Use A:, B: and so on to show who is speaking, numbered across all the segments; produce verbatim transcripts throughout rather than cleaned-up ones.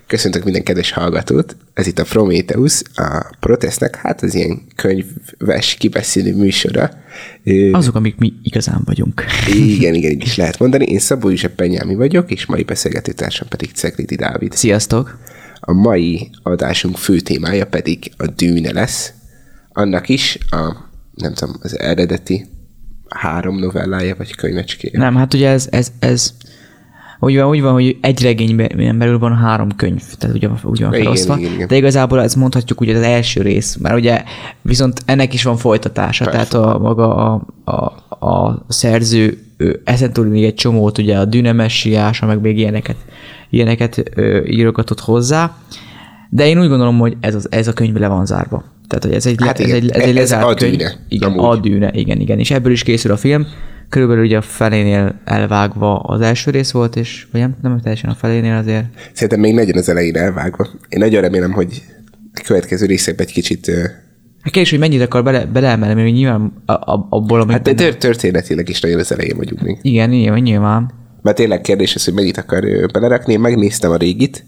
A: Köszöntök minden kedves hallgatót. Ez itt a Prometheus, a Protestnek, hát az ilyen könyves kibeszélő műsora.
B: Azok, amik mi igazán vagyunk.
A: Igen, igen, így is lehet mondani. Én Szabó József Penyámi vagyok, és mai beszélgetőtársam pedig Ceglidi Dávid.
B: Sziasztok!
A: A mai adásunk fő témája pedig a Dűne lesz. Annak is a, nem tudom, az eredeti három novellája, vagy könyvecskéje.
B: Nem, hát ugye ez, ez, ez úgy van, úgy van, hogy egy regényben belül van három könyv, tehát ugye, úgy van felosztva, de igazából ezt mondhatjuk ugye az első rész, mert ugye viszont ennek is van folytatása, persze. Tehát a maga a, a, a szerző ő, ezen túl még egy csomót, ugye a Dűne messiása, meg még ilyeneket, ilyeneket ö, írogatott hozzá, de én úgy gondolom, hogy ez, az, ez a könyv le van zárva. Tehát, hogy ez egy, hát ez egy, ez egy lezárt
A: a
B: könyv.
A: Dűne.
B: Igen, a Dűne, igen, igen. És ebből is készül a film. Körülbelül ugye a felénél elvágva az első rész volt, és vagy nem, nem teljesen a felénél azért.
A: Szerintem még nagyon az elején elvágva. Én nagyon remélem, hogy a következő részekben egy kicsit... Uh...
B: Hát kérdés, hogy mennyit akar bele, beleemelni, mert nyilván abból, amit...
A: Hát de tört, történetileg is nagyon az elején vagyunk még.
B: Igen, nyilván, nyilván.
A: Mert tényleg kérdés az, hogy mennyit akar belerakni. Én megnéztem a régit,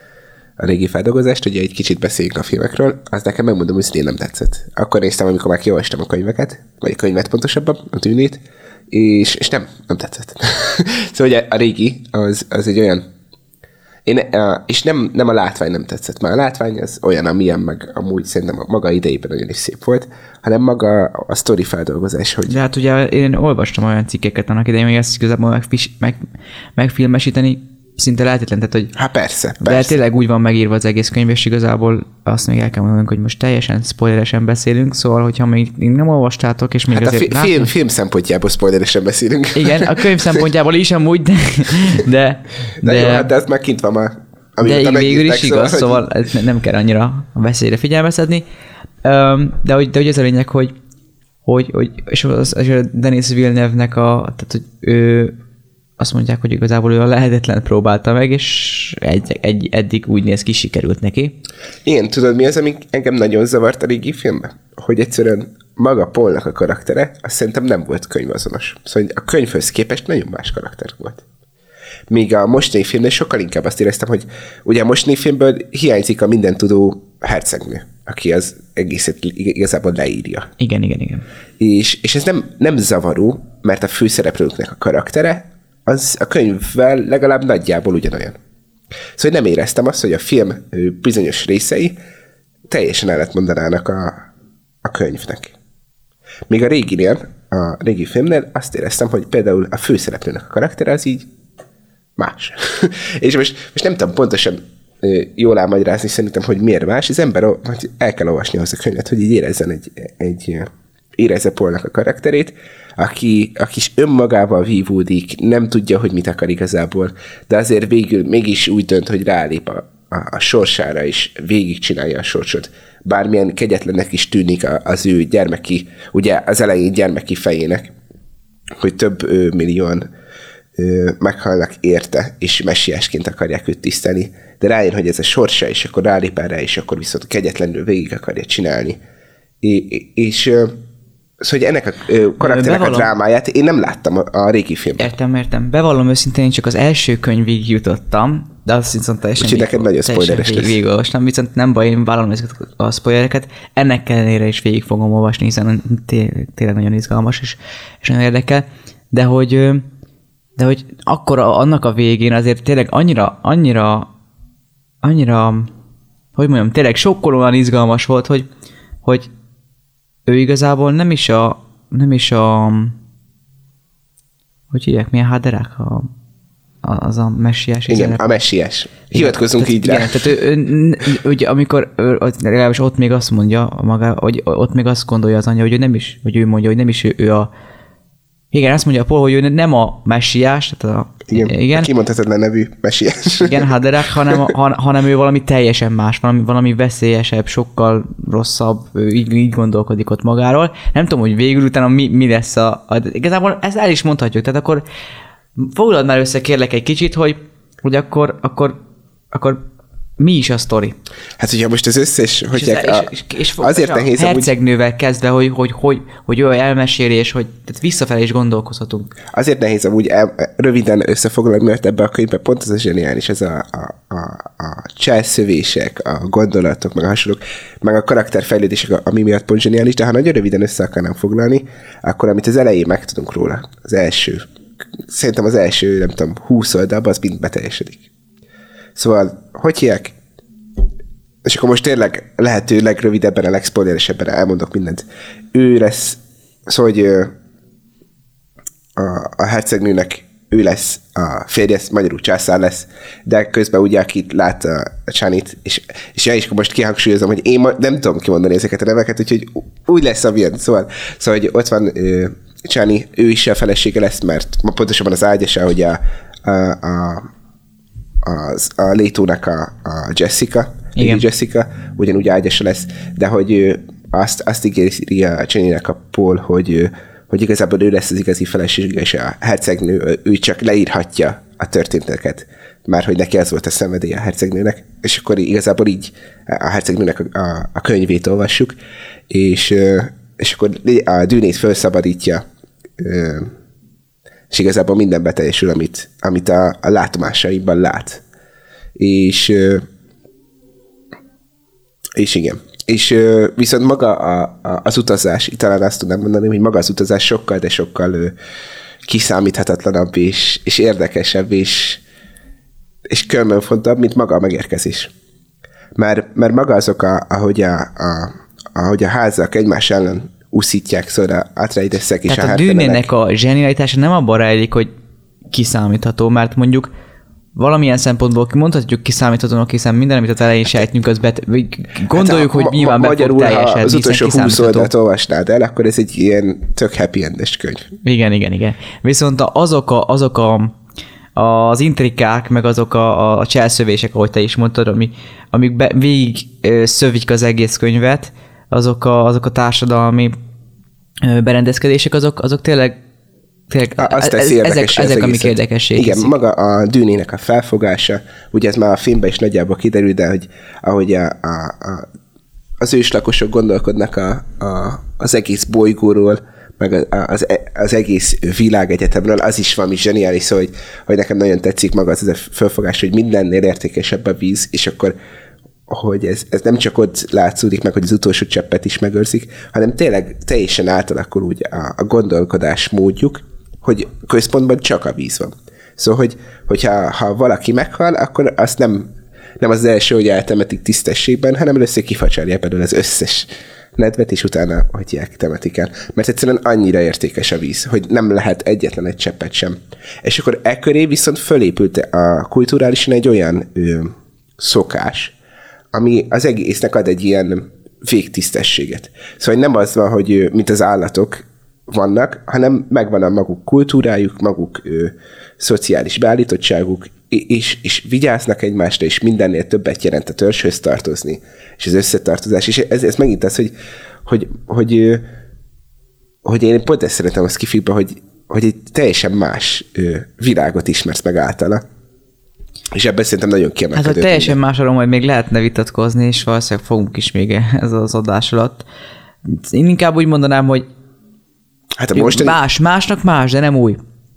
A: a régi feldolgozást, ugye egy kicsit beszéljünk a filmekről, az nekem megmondom, hogy szintén nem tetszett. Akkor néztem, amikor már kiolvastam a könyveket, vagy a könyvet pontosabban, a Dűnét, és, és nem, nem tetszett. Szóval ugye a régi, az, az egy olyan, én, és nem, nem a látvány nem tetszett, mert a látvány az olyan, amilyen, meg amúgy szerintem a maga idejében nagyon is szép volt, hanem maga a sztori feldolgozás, hogy...
B: De hát ugye én olvastam olyan cikkeket annak idején, hogy ezt igazából meg, meg, megfilmesíteni szinte lehetetlen, tehát hogy...
A: Hát persze, persze.
B: De tényleg úgy van megírva az egész könyv, és igazából azt még el kell mondanunk, hogy most teljesen spoileresen beszélünk, szóval, hogyha még nem olvastátok, és még
A: hát
B: azért...
A: a fi- film, film szempontjából spoileresen beszélünk.
B: Igen, a könyv szempontjából is amúgy, de... De,
A: de, de jó, hát de ez már kint van már.
B: De így végül is igaz, szóval, szóval nem kell annyira a veszélyre figyelmeztetni. De hogy, de hogy ez a lényeg, hogy, hogy, hogy és az, az a Denis Villeneuve-nek a... Tehát, hogy ő... Azt mondják, hogy igazából ő a lehetetlen próbálta meg, és egy, egy, eddig úgy néz ki, sikerült neki.
A: Igen, tudod mi az, ami engem nagyon zavart a régi filmben? Hogy egyszerűen maga Paulnak a karaktere, azt szerintem nem volt könyvazonos. Szóval a könyvhöz képest nagyon más karakter volt. Míg a mostani filmnél sokkal inkább azt éreztem, hogy ugye a mostani filmből hiányzik a mindentudó hercegnő, aki az egészet igazából leírja.
B: Igen, igen, igen.
A: És, és ez nem, nem zavaró, mert a főszereplőknek a karaktere az a könyvvel legalább nagyjából ugyanolyan. Szóval nem éreztem azt, hogy a film bizonyos részei teljesen ellentmondanának a, a könyvnek. Míg a réginél, a régi filmnél azt éreztem, hogy például a főszereplőnek a karaktere az így más. És most, most nem tudom pontosan jól elmagyarázni szerintem, hogy miért más. Az ember el kell olvasni ahhoz a könyvet, hogy így érezzen egy, egy érezze Paulnak a karakterét, aki, aki is önmagával vívódik, nem tudja, hogy mit akar igazából, de azért végül mégis úgy dönt, hogy rálép a, a, a sorsára, és végigcsinálja a sorsot. Bármilyen kegyetlennek is tűnik az ő gyermeki, ugye az elején gyermeki fejének, hogy több ö, millióan ö, meghalnak érte, és messiásként akarják őt tisztelni, de rájön, hogy ez a sorsa, és akkor rálép erre, és akkor viszont kegyetlenül végig akarja csinálni. É, és ö, Szóval, hogy ennek a karakternek Bevallom... a drámáját én nem láttam a, a régi filmben.
B: Értem, értem. Bevallom őszintén, én csak az első könyvig jutottam, de azt viszont teljesen
A: Úgyhogy neked nagyon spoileres lesz.
B: Végigolvastam, viszont nem baj, én vállalom ezeket a spoilereket. Ennek ellenére is végig fogom olvasni, hiszen tényleg nagyon izgalmas és, és nagyon érdekel. De hogy, de hogy akkor annak a végén azért tényleg annyira, annyira, annyira, hogy mondjam, tényleg sokkolóan izgalmas volt, hogy, hogy ő igazából nem is a, nem is a, hogy hívják, milyen háderák? A, a, az a messiás.
A: Igen, szerep. A messiás. Hivatkozunk így rá.
B: Igen, tehát ő, ő, ugye amikor, ő, legalábbis ott még azt mondja maga, hogy ott még azt gondolja az anyja, hogy ő nem is, hogy ő mondja, hogy nem is ő, ő a, igen, azt mondja Paul, hogy ő nem a messiás, tehát a,
A: igen, igen. A kimondhatatlan nevű messiás.
B: Igen, Haderach, hanem, han, hanem ő valami teljesen más, valami, valami veszélyesebb, sokkal rosszabb, ő így, így gondolkodik ott magáról. Nem tudom, hogy végül utána mi, mi lesz a, a... Igazából ezt el is mondhatjuk, tehát akkor foglald már össze kérlek egy kicsit, hogy, hogy akkor, akkor, akkor mi is a sztori?
A: Hát ugye most az összes, hogy
B: és, a, és, és, és
A: azért nehéz...
B: A hercegnővel amúgy... kezdve, hogy, hogy, hogy, hogy olyan elmesélés, hogy tehát visszafelé is gondolkozhatunk.
A: Azért nehéz amúgy el, röviden összefoglalni, mert ebben a könyvben pont az a zseniális, ez a, a, a, a cselszövések, a gondolatok, meg a hasonlók, meg a karakterfejlődések, ami miatt pont zseniális, de ha nagyon röviden össze akarnám foglalni, akkor amit az elején megtudunk róla, az első, szerintem az első, nem tudom, húsz oldalban, az mind beteljesedik. Szóval, hogy hívják? És akkor most tényleg lehető legrövidebben, a legszpoileresebben elmondok mindent. Ő lesz, szóval, hogy a, a hercegnőnek ő lesz a férje, magyarul császár lesz, de közben ugye, akit lát a, a Csanit, és, és ja, és akkor most kihangsúlyozom, hogy én ma nem tudom kimondani ezeket a neveket, úgyhogy úgy lesz a ilyen. Szóval, szóval hogy ott van ő, Csani, ő is a felesége lesz, mert pontosabban az ágyasa, hogy a, a, a Az, a Létónak a, a Jessica, Jessica, ugyanúgy ágyasa lesz, de hogy ő azt, azt ígéri a Csaninek a Paul, hogy, hogy igazából ő lesz az igazi felesége, és a hercegnő, ő csak leírhatja a történteket, már hogy neki az volt a szenvedélye a hercegnőnek, és akkor igazából így a hercegnőnek a, a, a könyvét olvassuk, és, és akkor a Dűnét felszabadítja, és igazából minden beteljesül, amit, amit a, a látomásaiban lát. És, és igen. És viszont maga a, a, az utazás, itt talán azt tudnám mondani, hogy maga az utazás sokkal, de sokkal kiszámíthatatlanabb, és, és érdekesebb, és, és körmönfontabb, mint maga a megérkezés. Mert, mert maga azok, a, ahogy, a, a, ahogy a házak egymás ellen úszítják, szóval Atreideszek és a
B: Tehát a Dűnének a zsenialitása nem abban rejlik, hogy kiszámítható, mert mondjuk valamilyen szempontból mondhatjuk kiszámíthatónak, hiszen minden, amit az elején sejtünk, az bet... gondoljuk, hát a, hogy nyilván ma, be fog teljesedni,
A: ha az utolsó húsz oldalt olvasnád el, akkor ez egy ilyen tök happy endes könyv.
B: Igen, igen, igen. Viszont azok, a, azok a, az intrikák, meg azok a, a cselszövések, ahogy te is mondtad, ami, amik be, végig szövik az egész könyvet, azok a, azok a társadalmi berendezkedések, azok, azok tényleg, tényleg
A: azt teszi
B: ez, ezek, ezek amik érdekessé.
A: Igen, maga a Dűnének a felfogása, ugye ez már a filmben is nagyjából kiderül, de hogy ahogy a, a, a, az őslakosok gondolkodnak a, a, az egész bolygóról, meg az, az egész világegyetemről, az is valami zseniális, szóval, hogy, hogy nekem nagyon tetszik maga az, az a felfogás, hogy mindennél értékesebb a víz, és akkor hogy ez, ez nem csak ott látszódik meg, hogy az utolsó cseppet is megőrzik, hanem tényleg teljesen átalakul úgy a, a gondolkodás módjuk, hogy központban csak a víz van. Szóval, hogy, hogyha ha valaki meghal, akkor azt nem, nem az első, hogy eltemetik tisztességben, hanem először kifacsarják belőle az összes nedvet, és utána hagyják, temetik el. Mert egyszerűen annyira értékes a víz, hogy nem lehet egyetlen egy cseppet sem. És akkor e köré viszont fölépült a kulturálisan egy olyan ő, szokás, ami az egésznek ad egy ilyen végtisztességet. Szóval nem az van, hogy mint az állatok vannak, hanem megvan a maguk kultúrájuk, maguk ö, szociális beállítottságuk, és, és vigyáznak egymásra, és mindennél többet jelent a törzshöz tartozni, és az összetartozás. És ez, ez megint az, hogy, hogy, hogy, hogy én pont ezt szeretem a skifikben, hogy, hogy egy teljesen más ö, világot ismersz meg általa. És ebben szerintem nagyon kiemelkedő.
B: Hát, hogy teljesen másról majd még lehetne vitatkozni, és valószínűleg fogunk is még ez az adás alatt. Én inkább úgy mondanám, hogy
A: hát a mostani...
B: más, másnak más, de nem új.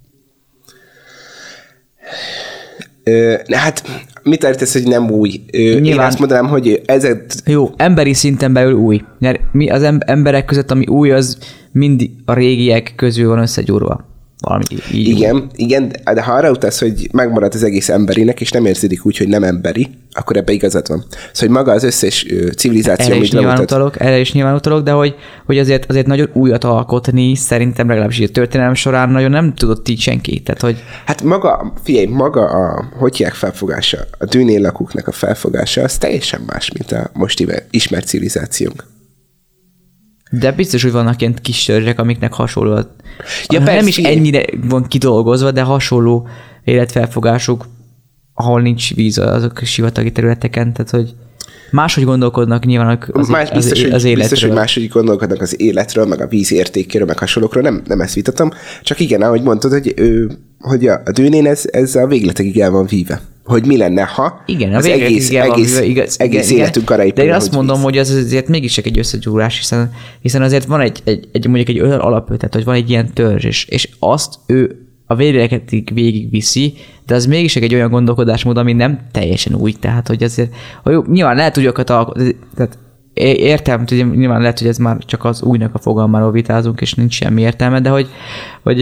A: Ö, hát mit értesz, hogy nem új? Ö, Nyilván... Én azt mondanám, hogy ezek...
B: Jó, emberi szinten belül új. Mert mi az emberek között, ami új, az mindig a régiek közül van összegyúrva. Valami így
A: igen, úgy. igen, de ha arra utalsz, hogy megmarad az egész emberinek, és nem érződik úgy, hogy nem emberi, akkor ebbe igazad van. Szóval, hogy maga az összes civilizáció,
B: amit lemutat... Erre is nyilván utalok, de hogy, hogy azért, azért nagyon újat alkotni, szerintem legalábbis a történelem során nagyon nem tudott így senki. Tehát, hogy...
A: Hát maga, figyelj, maga a hogyják felfogása, a Dűnén lakóknak a felfogása, az teljesen más, mint a most ismert civilizációnk.
B: De biztos, hogy vannak ilyen kis törzsek, amiknek hasonló. Ja, nem persze, is ennyire van kidolgozva, de hasonló életfelfogásuk, ahol nincs víz azok sivatagi területeken, tehát hogy... Máshogy gondolkodnak nyilván az,
A: Más, biztos,
B: az,
A: hogy,
B: az életről.
A: Biztos, hogy máshogy gondolkodnak az életről, meg a víz értékéről, meg hasonlókról, nem, nem ezt vitatom. Csak igen, ahogy mondtad, hogy, ő, hogy a, a dűnén ez, ez a végletekig el van víve. Hogy mi lenne, ha
B: igen,
A: az egész, egész, igaz, egész igen, életünk arra épül.
B: De én azt hogy mondom, víz. Hogy az azért mégis egy összegyúrás, hiszen, hiszen azért van egy, egy, egy mondjuk egy olyan alapötlet, hogy van egy ilyen törzs, és, és azt ő a végletekig végig viszi, de az mégis egy olyan gondolkodásmód, ami nem teljesen új, tehát hogy azért, hogy jó, nyilván lehet, hogy olyat alkotni, tehát értem, hogy nyilván lehet, hogy ez már csak az újnak a fogalmáról vitázunk, és nincs semmi értelme, de hogy, hogy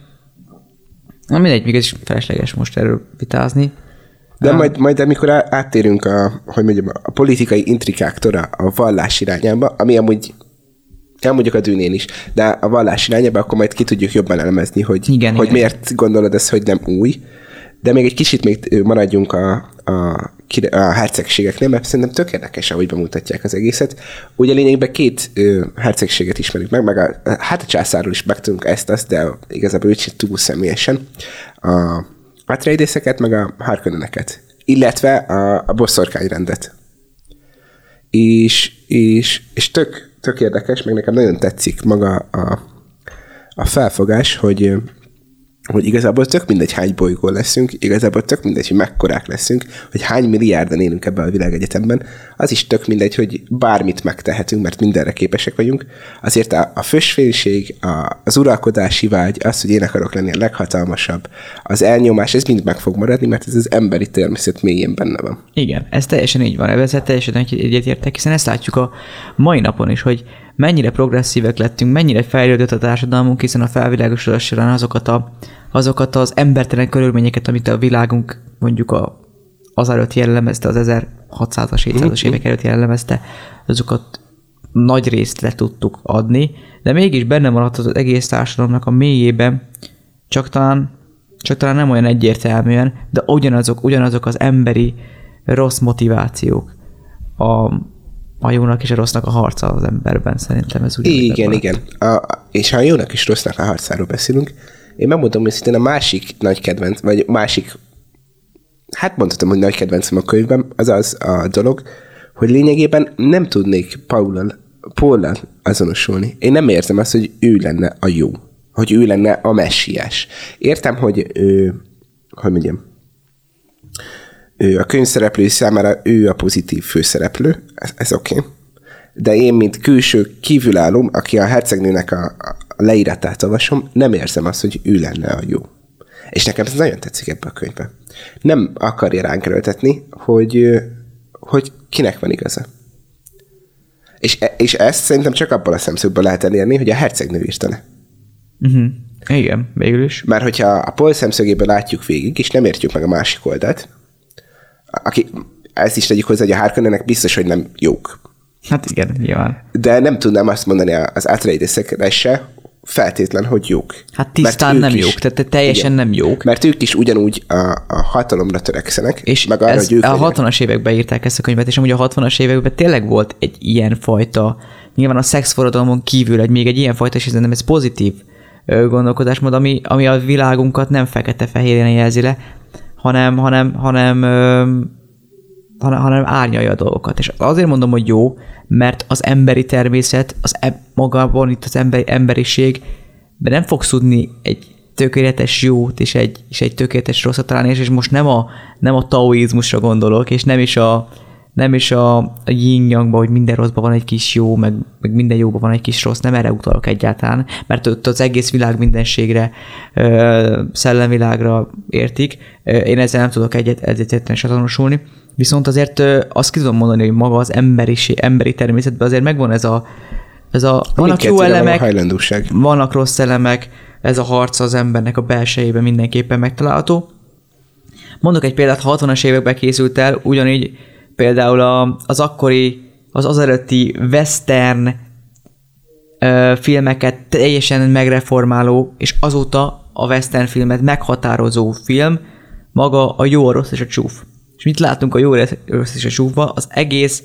B: na mindegy, még ez is felesleges most erről vitázni.
A: De majd, majd amikor áttérünk a, hogy mondjam, a politikai intrikáktól a vallás irányába, ami amúgy elmondjuk a dűnén is, de a vallás irányába, akkor majd ki tudjuk jobban elemezni, hogy, igen, hogy igen. miért gondolod ezt, hogy nem új. De még egy kicsit még maradjunk a, a, a hercegségeknél, mert szerintem tök érdekes, ahogy bemutatják az egészet. Ugye lényegben két ö, hercegséget ismerünk meg, meg a, hát a császárról is megtudunk ezt-azt, de igazából úgy túl személyesen. A Atreidéseket, meg a Harkonneneket, illetve a, a bosszorkányrendet. És, és, és tök, tök érdekes, meg nekem nagyon tetszik maga a, a felfogás, hogy, hogy igazából tök mindegy, hány bolygó leszünk, igazából tök mindegy, hogy mekkorák leszünk, hogy hány milliárdan élünk ebben a világegyetemben, az is tök mindegy, hogy bármit megtehetünk, mert mindenre képesek vagyunk. Azért a, a fösvénység, a, az uralkodási vágy, az, hogy én akarok lenni a leghatalmasabb, az elnyomás, ez mind meg fog maradni, mert ez az emberi természet mélyén benne van.
B: Igen, ez teljesen így van, ezzel teljesen egyetértek, hiszen ezt látjuk a mai napon is, hogy mennyire progresszívek lettünk, mennyire fejlődött a társadalmunk, hiszen a felvilágosodás során azokat, a, azokat az embertelen körülményeket, amit a világunk mondjuk a, az előtt jellemezte, az ezerhatszázas, hétszázas évek előtt jellemezte, azokat nagy részt le tudtuk adni, de mégis benne maradt az egész társadalomnak a mélyében, csak talán, csak talán nem olyan egyértelműen, de ugyanazok, ugyanazok az emberi rossz motivációk, a a jónak és a rossznak a harca az emberben, szerintem ez ugyanúgy.
A: Igen, igen. A, és ha a jónak és rossznak a harcáról beszélünk, én megmondom, hogy szintén a másik nagy kedvenc, vagy másik, hát mondhatom, hogy nagy kedvencem a könyvben, az az a dolog, hogy lényegében nem tudnék Paullal, Paullal azonosulni. Én nem érzem azt, hogy ő lenne a jó, hogy ő lenne a messiás. Értem, hogy ő, hogy mondjam, ő a könyvszereplő számára ő a pozitív főszereplő, ez, ez oké. Okay. De én, mint külső kívülálló, aki a hercegnőnek a, a leíratát olvasom, nem érzem azt, hogy ő lenne a jó. És nekem ez nagyon tetszik ebbe a könyvbe. Nem akarja ránk erőltetni, hogy, hogy kinek van igaza. És, és ezt szerintem csak abban a szemszögből lehet elérni, hogy a hercegnő írta le.
B: Uh-huh. Igen, végül is.
A: Mert hogyha a Paul szemszögéből látjuk végig, és nem értjük meg a másik oldalt, aki, ezt is tegyük hozzá, hogy a Harkonnennek biztos, hogy nem jók.
B: Hát igen, nyilván.
A: De nem tudnám azt mondani az Atreidesekre se feltétlen, hogy jók.
B: Hát tisztán nem is, jók, tehát teljesen igen, nem jók.
A: Mert ők is ugyanúgy a, a hatalomra törekszenek.
B: És
A: meg arra,
B: ez
A: hogy ők
B: a hatvanas években írták ezt a könyvet, és amúgy a hatvanas években tényleg volt egy ilyen fajta, nyilván a szexforradalmon kívül egy, még egy ilyen fajta, és szerintem ez pozitív gondolkodásmód, ami, ami a világunkat nem fekete-fehérjen jelzi le, hanem, hanem, hanem, hanem, hanem árnyalja a dolgokat. És azért mondom, hogy jó, mert az emberi természet, az e- magában itt az emberi, emberiség, de nem fogsz tudni egy tökéletes jót és egy, és egy tökéletes rosszat találni, és most nem a, nem a taoizmusra gondolok, és nem is a, nem is a, a yin-yangba, hogy minden rosszban van egy kis jó, meg, meg minden jóban van egy kis rossz, nem erre utalok egyáltalán, mert ott az egész világ mindenségre, szellemvilágra értik. Én ezzel nem tudok egyet, egyetlen is azonosulni. Viszont azért azt ki tudom mondani, hogy maga az emberi, emberi természetben azért megvan ez a, ez a vannak jó elemek, vannak rossz elemek, ez a harc az embernek a belsejében mindenképpen megtalálható. Mondok egy példát, ha hatvanas években készült el, ugyanígy például a, az akkori, az az előtti western ö, filmeket teljesen megreformáló, és azóta a western filmet meghatározó film, maga a Jó, a rossz és a csúf. És mit látunk a Jó, a rossz és a csúfba? Az egész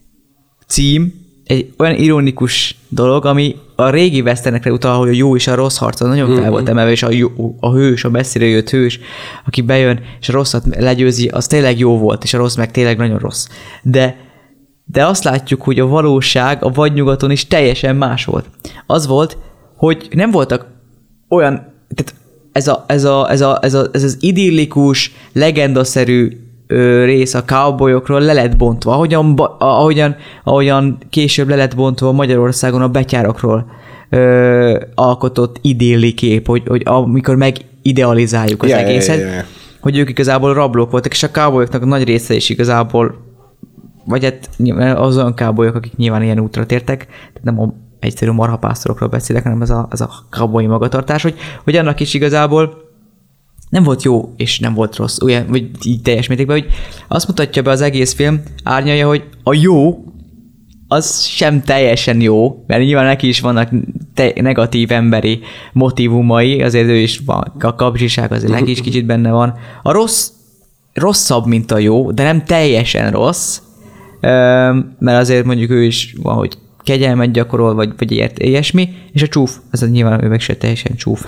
B: cím egy olyan ironikus dolog, ami a régi westernekre utal, hogy a jó és a rossz harca nagyon fel volt emelve, és a, jó, a hős, a messzire jött hős, aki bejön, és a rosszat legyőzi, az tényleg jó volt, és a rossz meg tényleg nagyon rossz. De de azt látjuk, hogy a valóság a vadnyugaton is teljesen más volt. Az volt, hogy nem voltak olyan, tehát ez, a, ez, a, ez, a, ez, a, ez az idillikus, legendaszerű ö, rész a cowboyokról le lett bontva, ahogyan, ahogyan, ahogyan később le lett bontva Magyarországon a betyárokról ö, alkotott idilli kép, hogy, hogy amikor megidealizáljuk az yeah, egészet, yeah, yeah. hogy ők igazából rablók voltak, és a cowboyoknak a nagy része is igazából, vagy hát az olyan cowboyok, akik nyilván ilyen útra tértek, tehát nem a egyszerű marhapásztorokról beszélek, hanem ez a, ez a cowboyi magatartás, hogy, hogy annak is igazából nem volt jó, és nem volt rossz, olyan, vagy így teljes mértékben, hogy azt mutatja be az egész film, árnyalja, hogy a jó, az sem teljesen jó, mert nyilván neki is vannak te- negatív emberi motivumai, azért ő is van, a kapzsiság azért neki is kicsit benne van. A rossz rosszabb, mint a jó, de nem teljesen rossz, mert azért mondjuk ő is van, hogy kegyelmet gyakorol, vagy, vagy ilyet, ilyesmi, és a csúf, ez nyilván ő meg se teljesen csúf.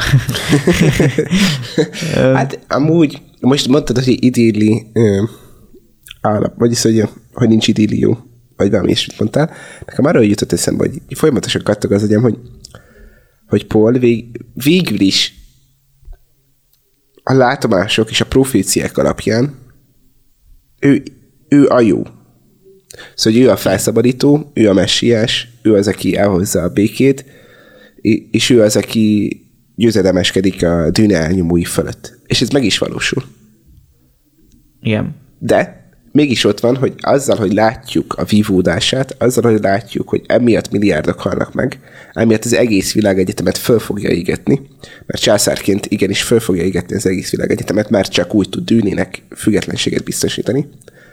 A: Hát amúgy, most mondtad, hogy idilli állap, vagyis, hogy, hogy nincs idillió, vagy valami is mondtál. Nekem arról jutott eszembe, hogy folyamatosan kattog az agyam, hogy, hogy Paul vég, végül is a látomások és a proféciák alapján ő, ő a jó. Szóval ő a felszabadító, ő a messiás, ő az, aki elhozza a békét, és ő az, aki győzedelmeskedik a dűne elnyomói fölött. És ez meg is valósul.
B: Igen.
A: De mégis ott van, hogy azzal, hogy látjuk a vívódását, azzal, hogy látjuk, hogy emiatt milliárdok halnak meg, emiatt az egész világegyetemet föl fogja égetni, mert császárként igenis föl fogja égetni az egész világegyetemet, mert csak úgy tud dűnének függetlenséget biztosítani.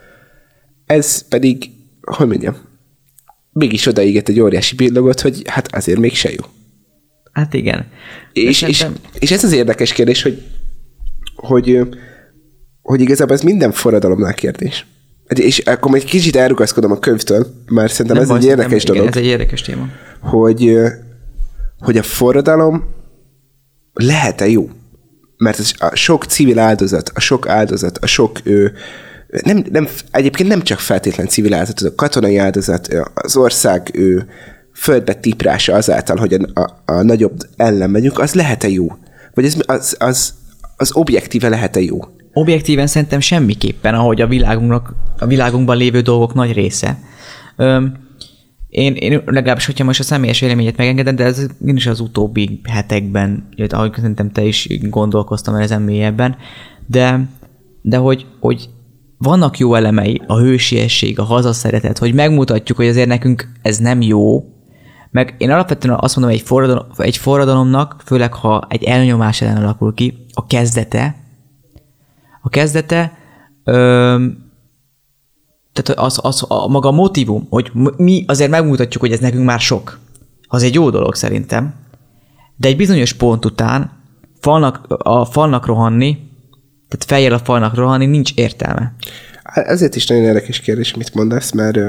A: Ez pedig, hogy mondjam, mégis odaégett egy óriási billogot, hogy hát azért mégse jó.
B: Hát igen.
A: És, szerintem... és, és ez az érdekes kérdés, hogy, hogy, hogy igazából ez minden forradalomnál kérdés. És akkor egy kicsit elrugaszkodom a könyvtől, mert szerintem nem ez egy érdekes
B: nem,
A: dolog.
B: Igen, ez egy érdekes téma.
A: Hogy, hogy a forradalom lehet-e jó? Mert a sok civil áldozat, a sok áldozat, a sok... Ő, Nem, nem, egyébként nem csak feltétlen civil áldozat, a katonai áldozat, az ország ő, földbe tiprása azáltal, hogy a, a, a nagyobb ellen megyünk, az lehet-e jó? Vagy az, az, az, az objektíve lehet-e jó?
B: Objektíven szerintem semmiképpen, ahogy a világunknak, a világunkban lévő dolgok nagy része. Öm, én, én legalábbis, hogyha most a személyes véleményet megengedem, de ez én is az utóbbi hetekben, ahogy szerintem te is gondolkoztam ezen mélyebben, de, de hogy, hogy vannak jó elemei, a hősiesség, a hazaszeretet, hogy megmutatjuk, hogy azért nekünk ez nem jó, meg én alapvetően azt mondom, hogy egy, forradalom, egy forradalomnak, főleg ha egy elnyomás ellen alakul ki, a kezdete, a kezdete, öm, tehát az, az a maga a motivum, hogy mi azért megmutatjuk, hogy ez nekünk már sok. Az egy jó dolog szerintem, de egy bizonyos pont után falnak, a falnak rohanni, tehát fejjel a falnak rohanni nincs értelme.
A: Ezért is nagyon érdekes kérdés, mit mondasz, mert,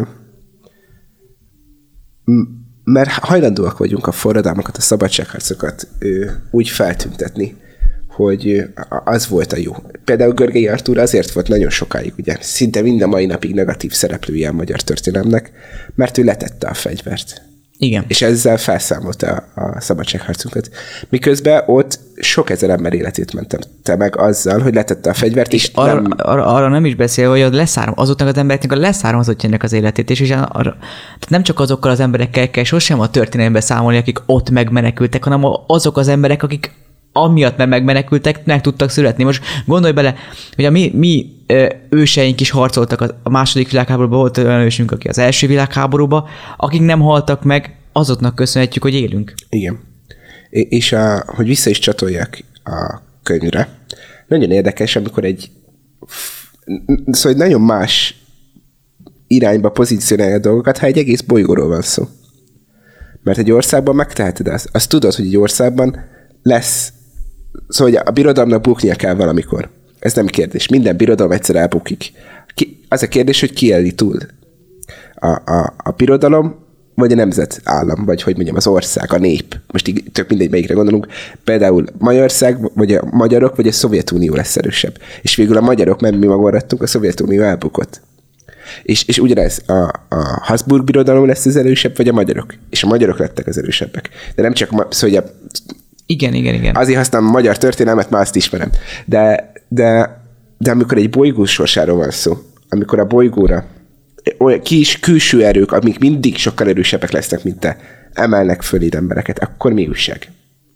A: mert hajlandóak vagyunk a forradalmakat, a szabadságharcokat úgy feltüntetni, hogy az volt a jó. Például Görgei Artúr azért volt nagyon sokáig, ugye, szinte minden mai napig negatív szereplője a magyar történelemnek, mert ő letette a fegyvert.
B: Igen.
A: És ezzel felszámolta a szabadságharcunkat. Miközben ott sok ezer ember életét mentette meg azzal, hogy letette a fegyvert, és, és
B: arra,
A: nem...
B: Arra, arra nem is beszél, hogy a leszárom, azoknak az embereknek a leszármazottjának az életét, és, és arra, tehát nem csak azokkal az emberekkel kell sosem a történelembe számolni, akik ott megmenekültek, hanem azok az emberek, akik amiatt, mert megmenekültek, meg tudtak születni. Most gondolj bele, hogy a mi, mi őseink is harcoltak a második világháborúban, volt olyan ősünk, aki az első világháborúban, akik nem haltak meg, azoknak köszönhetjük, hogy élünk.
A: Igen. És a, hogy vissza is csatolják a könyvre, nagyon érdekes, amikor egy szóval egy nagyon más irányba pozícionálja a dolgokat, ha egy egész bolygóról van szó. Mert egy országban megteheted azt. Azt tudod, hogy egy országban lesz, szóval a birodalomnak buknia kell valamikor. Ez nem kérdés. Minden birodalom egyszer elbukik. Ki, az a kérdés, hogy ki elli túl. A, a, a birodalom, vagy a nemzetállam, vagy hogy mondjam, az ország, a nép. Most így tök mindegy, melyikre gondolunk. Például Magyarország, vagy a magyarok, vagy a Szovjetunió lesz erősebb. És végül a magyarok, mert mi maradtunk, a Szovjetunió elbukott. És, és ugyanez, a, a Habsburg birodalom lesz az erősebb, vagy a magyarok? És a magyarok lettek az erősebbek. De nem csak, szóval ugye,
B: igen, igen, igen.
A: Azért használom a magyar történelmet, már azt ismerem. De, de, de amikor egy bolygó sorsáról van szó, amikor a bolygóra olyan kis külső erők, amik mindig sokkal erősebbek lesznek, mint te, emelnek fölé embereket, akkor mi újság?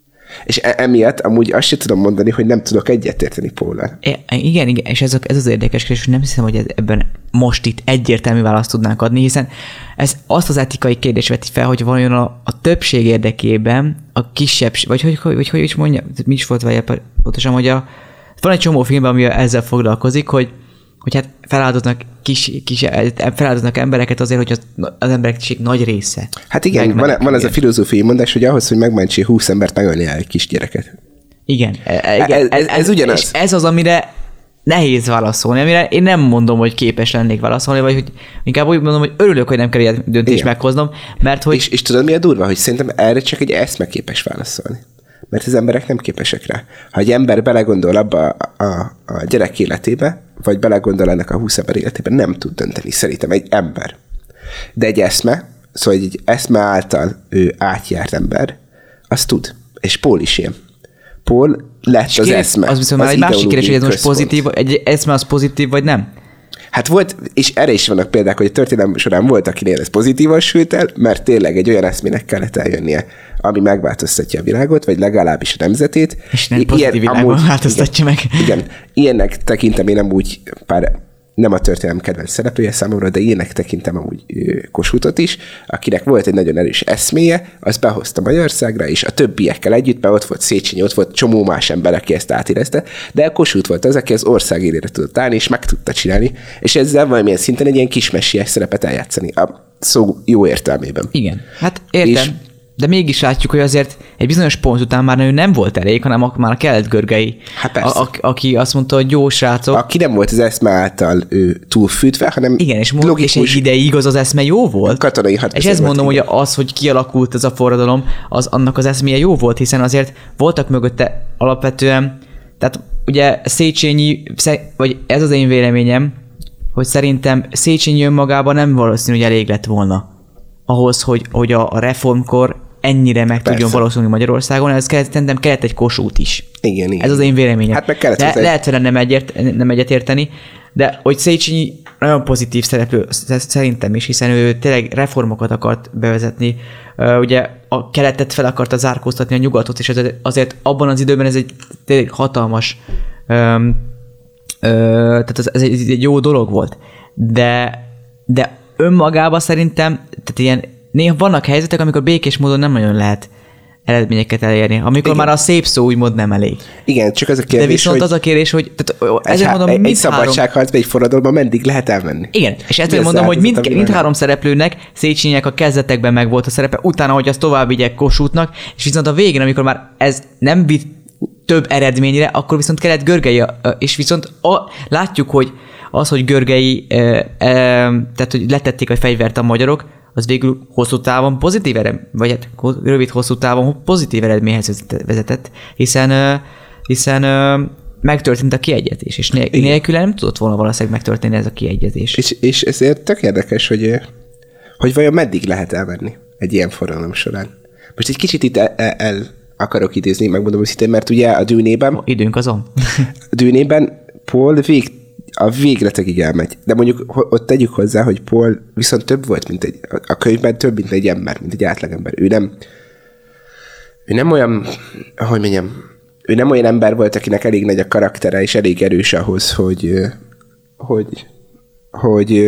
A: És emiatt amúgy azt sem tudom mondani, hogy nem tudok egyetérteni Paullal.
B: Igen, igen, és ez, ez az érdekes, és nem hiszem, hogy ebben most itt egyértelmű választ tudnánk adni, hiszen ez azt az etikai kérdés veti fel, hogy vajon a, a többség érdekében a kisebbség, vagy hogy, hogy, hogy, hogy is mondja, mi is volt vele pontosan, hogy a, van egy csomó filmben, ami ezzel foglalkozik, hogy hogy hát feláldoznak, kis, kis, feláldoznak embereket azért, hogy az, az emberek nagy része.
A: Hát igen, van, van ez a filozófiai mondás, hogy ahhoz, hogy megmentsél húsz embert, megölni egy kisgyereket.
B: Igen. igen.
A: Ez, ez, ez ugyanaz.
B: És ez az, amire nehéz válaszolni, amire én nem mondom, hogy képes lennék válaszolni, vagy hogy inkább úgy mondom, hogy örülök, hogy nem kell ilyen döntést igen. meghoznom, mert hogy...
A: És, és tudod, mi a durva? Hogy szerintem erre csak egy eszme képes válaszolni. Mert az emberek nem képesek rá. Ha egy ember belegondol abba a, a, a gyerek életébe, vagy belegondol ennek a húsz ember életébe, nem tud dönteni, szerintem egy ember. De egy eszme, szóval egy eszme által ő átjárt ember, az tud. És Paul is ilyen. Paul lett és az kérdés, eszme.
B: Az viszont már egy másik kérdés, hogy ez most pozitív, egy eszme az pozitív, vagy nem?
A: Hát volt, és erre is vannak példák, hogy a történelem során volt, akinél ez pozitívan sült el, mert tényleg egy olyan eszmének kellett eljönnie, ami megváltoztatja a világot, vagy legalábbis a nemzetét.
B: És nem pozitív világban változtatja meg.
A: Igen, ilyennek tekintem én amúgy, pár nem a történelem kedvenc szereplője számomra, de ilyennek tekintem amúgy Kossuthot is, akinek volt egy nagyon erős eszméje, az behozta Magyarországra, és a többiekkel együtt, mert ott volt Széchenyi, ott volt csomó más ember, aki ezt átérezte, de Kossuth volt az, aki az ország élére tudott állni, és meg tudta csinálni, és ezzel valamilyen szinten egy ilyen kis messiás szerepet eljátszani, a szó jó értelmében.
B: Igen, hát értem. És de mégis látjuk, hogy azért egy bizonyos pont után már ő nem volt elég, hanem már a Kelet-Görgei,
A: hát
B: a, a, aki azt mondta, hogy jó srácok.
A: Aki nem volt az eszme által ő túlfűtve, hanem
B: igen, és,
A: logikus,
B: és egy ideig az az eszme jó volt.
A: Katonai
B: és ezt mondom, hogy az, hogy kialakult ez a forradalom, az annak az eszméje jó volt, hiszen azért voltak mögötte alapvetően, tehát ugye Széchenyi, vagy ez az én véleményem, hogy szerintem Széchenyi önmagában nem valószínű, hogy elég lett volna ahhoz, hogy, hogy a, a reformkor ennyire meg tudjon valószínűleg Magyarországon, ez kellett, szerintem kellett egy Kossuth is.
A: Igen, igen.
B: Ez az én véleményem.
A: Hát meg kellett
B: Le,
A: egy...
B: lehet vele nem, egyért, nem egyet érteni, de hogy Széchenyi nagyon pozitív szereplő szerintem is, hiszen ő tényleg reformokat akart bevezetni. Uh, ugye a keletet fel akarta zárkóztatni a nyugatot, és azért abban az időben ez egy tényleg hatalmas, um, uh, tehát ez, ez egy, egy jó dolog volt. De, de önmagában szerintem, tehát ilyen néha vannak helyzetek, amikor békés módon nem nagyon lehet eredményeket elérni, amikor igen. már a szép szó úgymond nem elég.
A: Igen, csak az a kérdés,
B: de viszont
A: hogy
B: az a kérdés, hogy tehát,
A: ezért mondom, egy, egy szabadságharcban, egy forradalomban meddig lehet elmenni.
B: Igen, és ezért mondom, hogy mind, mind három szereplőnek, Széchenyinek a kezdetekben meg volt a szerepe, utána, hogy azt tovább vigyek Kossuthnak, és viszont a végén, amikor már ez nem vitt több eredményre, akkor viszont kellett Görgei, és viszont a, látjuk, hogy az, hogy Görgei, e, e, tehát hogy letették a fegyvert a magyarok, az végül hosszú távon pozitív eredmény, vagy hát rövid hosszú távon pozitív eredményhez vezetett, hiszen, hiszen megtörtént a kiegyezés, és nélkül nem tudott volna valószínűleg megtörténni ez a kiegyezés.
A: És, és ezért tök érdekes, hogy, hogy vajon meddig lehet elmenni egy ilyen forradalom során. Most egy kicsit itt el, el akarok idézni, megmondom őszintén, mert ugye a Dűnében...
B: Időnk azon.
A: A Dűnében Paul vég a végletekig elmegy. De mondjuk ott tegyük hozzá, hogy Paul viszont több volt, mint egy, a könyvben több, mint egy ember, mint egy átlagember. Ő nem, ő nem olyan, hogy mondjam, ő nem olyan ember volt, akinek elég nagy a karaktere, és elég erős ahhoz, hogy, hogy, hogy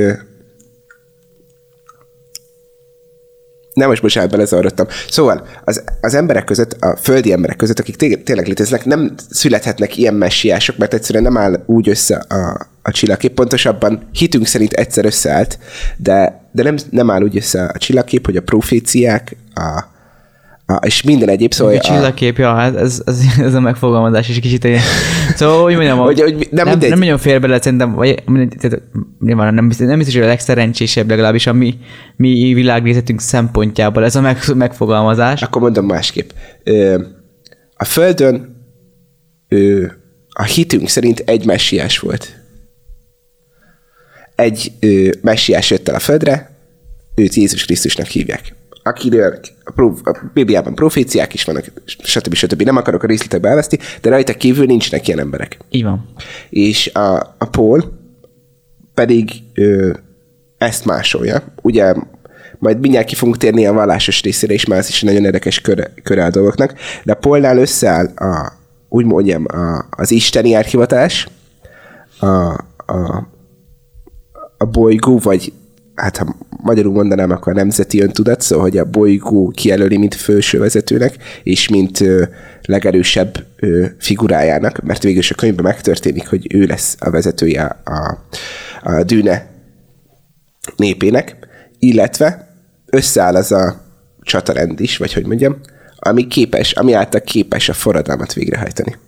A: nem, most bocsánat, belezavarodtam. Szóval az, az emberek között, a földi emberek között, akik té- tényleg léteznek, nem születhetnek ilyen messiások, mert egyszerűen nem áll úgy össze a, a csillagkép. Pontosabban hitünk szerint egyszer összeállt, de, de nem, nem áll úgy össze a csillagkép, hogy a proféciák, a, a, és minden egyéb. Szóval
B: a csillagkép, ja, hát ez, ez, ez a megfogalmazás is kicsit egy... Szóval úgy mondjam, hogy, hogy nem, nem, nem nagyon fér bele, szerintem, vagy nem, nem, nem biztos, hogy a legszerencsésebb legalábbis a mi, mi világnézetünk szempontjából ez a meg, megfogalmazás.
A: Akkor mondom másképp. A Földön a hitünk szerint egy messiás volt. egy ö, messiás jött el a földre, őt Jézus Krisztusnak hívják. Akiről a, pró, a Bibliában proféciák is vannak, stb. stb. Nem akarok a részletekbe elveszni, de rajta kívül nincsenek ilyen emberek.
B: Így van.
A: És a, a Paul pedig ö, ezt másolja. Ugye majd mindjárt ki fogunk térni a vallásos részére is, mert ez is nagyon érdekes köre, köre a dolgoknak, de Paulnál összeáll a, úgy mondjam, a, az isteni elhivatás, a, a, a bolygó, vagy hát ha magyarul mondanám, akkor a nemzeti öntudat, szóval, hogy a bolygó kijelöli, mint felső vezetőnek, és mint ö, legerősebb ö, figurájának, mert végül is a könyvben megtörténik, hogy ő lesz a vezetője a, a Dűne népének, illetve összeáll az a csatarend is, vagy hogy mondjam, ami képes, ami által képes a forradalmat végrehajtani.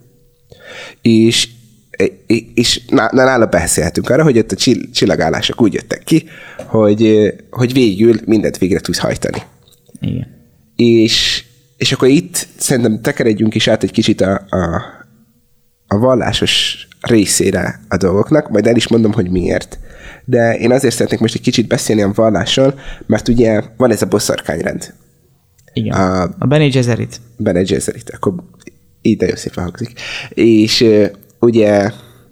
A: És, és nála beszélhetünk arra, hogy ott a csillagállások úgy jöttek ki, hogy, hogy végül mindent végre tud hajtani.
B: Igen.
A: És, és akkor itt szerintem tekeredjünk is át egy kicsit a, a, a vallásos részére a dolgoknak, majd el is mondom, hogy miért. De én azért szeretnék most egy kicsit beszélni a vallásról, mert ugye van ez a boszorkányrend.
B: Igen, a, a Bene Gesserit.
A: Bene Gesserit, akkor így nagyon szépen hangzik. És uh, ugye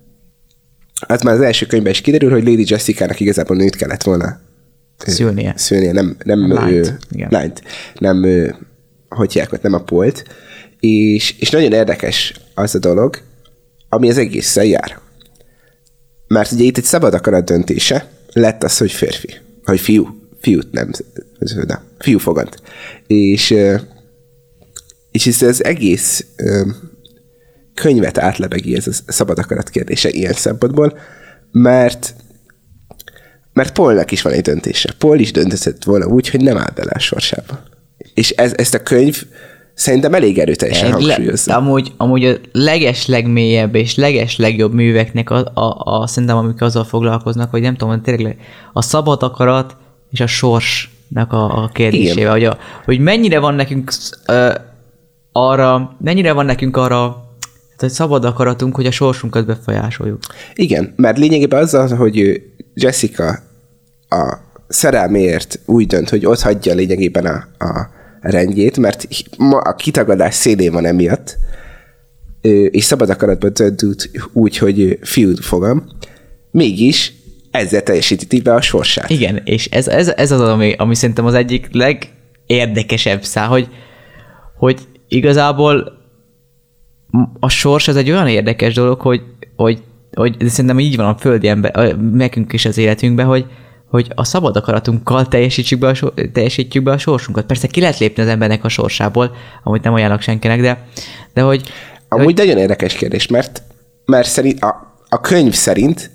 A: az már az első könyvben is kiderül, hogy Lady Jessica-nak igazából nőt kellett volna
B: szülnie.
A: Szülnie, nem, nem ő, lányt, nem ő, hogy hívják, nem a Polt. És, és nagyon érdekes az a dolog, ami az egészen jár. Mert ugye itt egy szabad akarat döntése lett az, hogy férfi. Hogy fiú. Fiút nem. De fiú fogant. És, és ez az egész könyvet átlebegi ez a szabad akarat kérdése ilyen szempontból, mert mert Paulnak is van egy döntése. Paul is döntött volna úgy, hogy nem áll bele a sorsába. És ez, ezt a könyv szerintem elég erőteljesen hangsúlyozza.
B: Le, amúgy, amúgy a leges legmélyebb és leges legjobb műveknek a, a, a, szerintem, amik azzal foglalkoznak, hogy nem tudom, tényleg a szabad akarat és a sorsnak a, a kérdésével, hogy, a, hogy mennyire van nekünk uh, arra, mennyire van nekünk arra tehát szabad akaratunk, hogy a sorsunkat befolyásoljuk. Igen, mert lényegében azzal, hogy Jessica a szerelméért úgy dönt, hogy ott hagyja lényegében a, a rendjét, mert ma a kitagadás szélén van emiatt, és szabad akaratban dönt úgy, hogy fiút fogam, mégis ezzel teljesíti be a sorsát. Igen, és ez, ez, ez az, ami, ami szerintem az egyik legérdekesebb szál, hogy, hogy igazából a sors az egy olyan érdekes dolog, hogy, hogy, hogy szerintem így van a földi ember, nekünk is az életünkben, hogy, hogy a szabad akaratunkkal teljesítjük be, a sor, teljesítjük be a sorsunkat. Persze ki lehet lépni az embernek a sorsából, amit nem ajánlok senkinek, de, de hogy... Amúgy hogy... nagyon érdekes kérdés, mert, mert szerint, a, a könyv szerint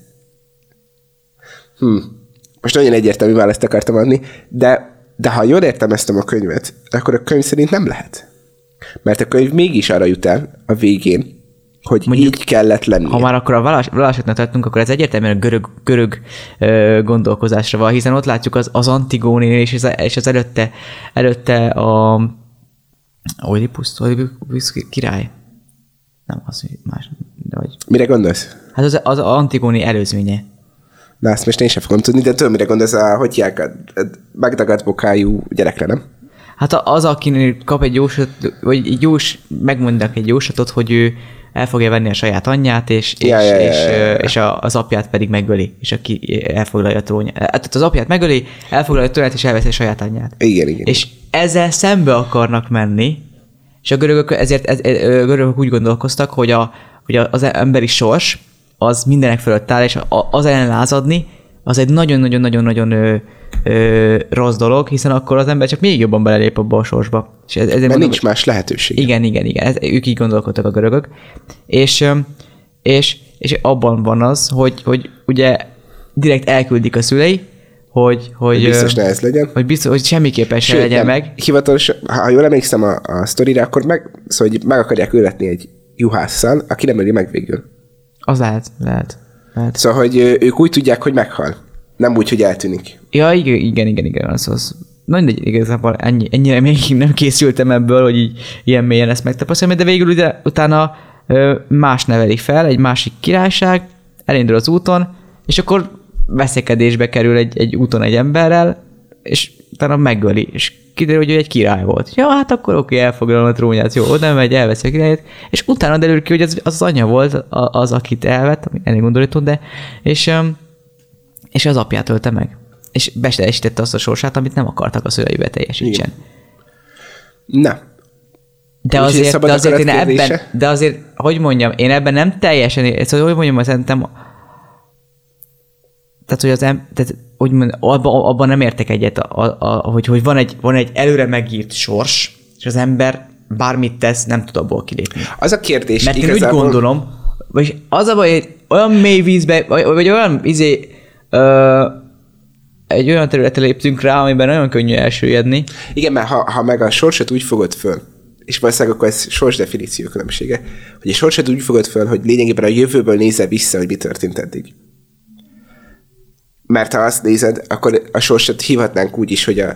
B: hm, most nagyon egyértelmű választ akartam adni, de, de ha jól értelmeztem a könyvet, akkor a könyv szerint nem lehet. Mert a könyv mégis arra jut el a végén, hogy mondjuk, így kellett lennie. Ha már akkor a vallásoknak tartunk, akkor ez egyértelműen a görög, görög ö, gondolkozásra van, hiszen ott látjuk az, az Antigónénél, és az, és az előtte, előtte a Oedipus, Oedipus király. Nem, az más. De vagy... Mire gondolsz? Hát az, az Antigóné előzménye. Na, azt most én sem fogom tudni, de tudom, mire gondolsz, a, hogy hívják, a, a megdagadt bokájú gyerekre, nem? Hát az, akinél kap egy jósat, vagy egy jós, megmondnak egy jósatot, hogy ő el fogja venni a saját anyját, és, ja, és, ja, ja, és, ja, ja. és a, az apját pedig megöli, és aki elfoglalja a trónját. Tehát az apját megöli, elfoglalja a trónját, és elveszi a saját anyját. Igen, igen. És ezzel szembe akarnak menni, és a görögök ezért ez, ez, a görögök úgy gondolkoztak, hogy, a, hogy az emberi sors az mindenek fölött áll, és az ellen lázadni, az egy nagyon-nagyon-nagyon-nagyon Ö, rossz dolog, hiszen akkor az ember csak még jobban belelép abba a sorsba. És ez, ezért mondom, nincs más lehetőség. Igen, igen, igen. Ez, ők így gondolkodtak a görögök. És, és, és abban van az, hogy, hogy ugye direkt elküldik a szülei, hogy, hogy biztos ne ez legyen. Hogy, biztos, hogy semmiképpen se legyen nem, meg. Hivatalos, ha jól emlékszem a, a sztorira, akkor meg, szóval, hogy meg akarják öletni egy juhásszal, aki nem öli meg végül. Az lehet, lehet, lehet. Szóval, hogy ők úgy tudják, hogy meghal. Nem úgy, hogy eltűnik. Ja, igen, igen, igen, igen. Az, az. Na, de igazából ennyi, ennyire még nem készültem ebből, hogy így ilyen mélyen ezt megtapasztalom, de végül ugye, utána más nevelik fel, egy másik királyság, elindul az úton, és akkor veszekedésbe kerül egy, egy úton egy emberrel, és utána megöli, és kiderül, hogy ő egy király volt. Ja, hát akkor oké, elfoglalom a trónját, jó, oda megy, elveszi a királyt, és utána derül ki, hogy az az anya volt, az, akit elvett, ami ennél gondolítod, de, és, és az apját ölte meg. És beteljesítette azt a sorsát, amit nem akartak a szüleibe teljesítsen.
A: Na.
B: De azért, de azért én ebben, de azért, hogy mondjam, én ebben nem teljesen, szóval, hogy mondjam, szerintem, tehát, hogy az em, tehát, hogy mondjam, abban, abban nem értek egyet, a, a, a, hogy, hogy van, egy, van egy előre megírt sors, és az ember bármit tesz, nem tud abból kilépni.
A: Az a kérdés
B: Mert
A: igazából...
B: én úgy gondolom, vagy az a baj, hogy olyan mély vízbe, vagy, vagy olyan izé, ö, egy olyan területre léptünk rá, amiben nagyon könnyű elsüllyedni.
A: Igen, mert ha, ha meg a sorsot úgy fogod föl, és valószínűleg akkor ez sors definíció különbsége, hogy a sorsot úgy fogod föl, hogy lényegében a jövőből nézel vissza, hogy mi történt eddig. Mert ha azt nézed, akkor a sorsot hívhatnánk úgy is, hogy a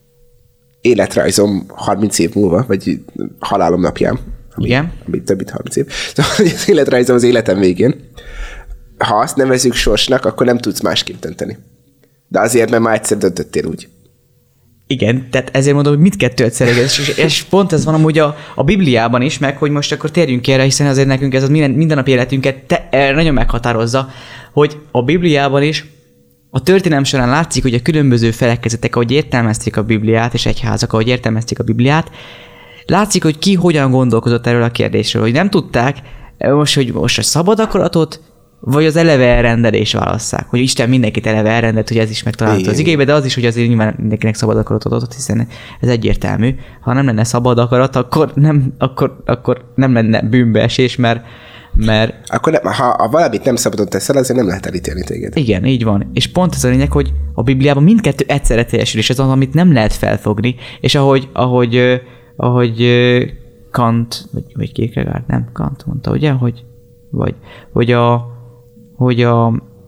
A: életrajzom harminc év múlva, vagy halálom napján. Ami,
B: Igen.
A: Ami több mint harminc év. Szóval az életrajzom az életem végén. Ha azt nevezzük sorsnak, akkor nem tudsz másképp dönteni. De azért, mert már egyszer döntöttél úgy.
B: Igen, tehát ezért mondom, hogy mindkettő egyszerűen, és, és pont ez van amúgy a, a Bibliában is, meg hogy most akkor térjünk ki erre, hiszen azért nekünk ez az minden, mindennapi életünket te, nagyon meghatározza, hogy a Bibliában is a történelem során látszik, hogy a különböző felekezetek, ahogy értelmezték a Bibliát, és egyházak, ahogy értelmezték a Bibliát, látszik, hogy ki hogyan gondolkozott erről a kérdésről, hogy nem tudták most, hogy most a szabad akaratot, vagy az eleve elrendelés válasszák, hogy Isten mindenkit eleve elrendelt, hogy ez is megtalálható az igébe, de az is, hogy azért nyilván mindenkinek szabad akaratot adott, hiszen ez egyértelmű. Ha nem lenne szabad akarat, akkor nem, akkor, akkor nem lenne bűnbeesés, mert, mert...
A: Akkor nem, ha, ha valamit nem szabadon teszel, azért nem lehet elítélni téged.
B: Igen, így van. És pont ez a lényeg, hogy a Bibliában mindkettő egyszerre teljesül, és ez az, amit nem lehet felfogni, és ahogy, ahogy, ahogy Kant, vagy, vagy Kierkegaard, nem, Kant mondta, ugye, hogy, vagy, hogy a hogy a,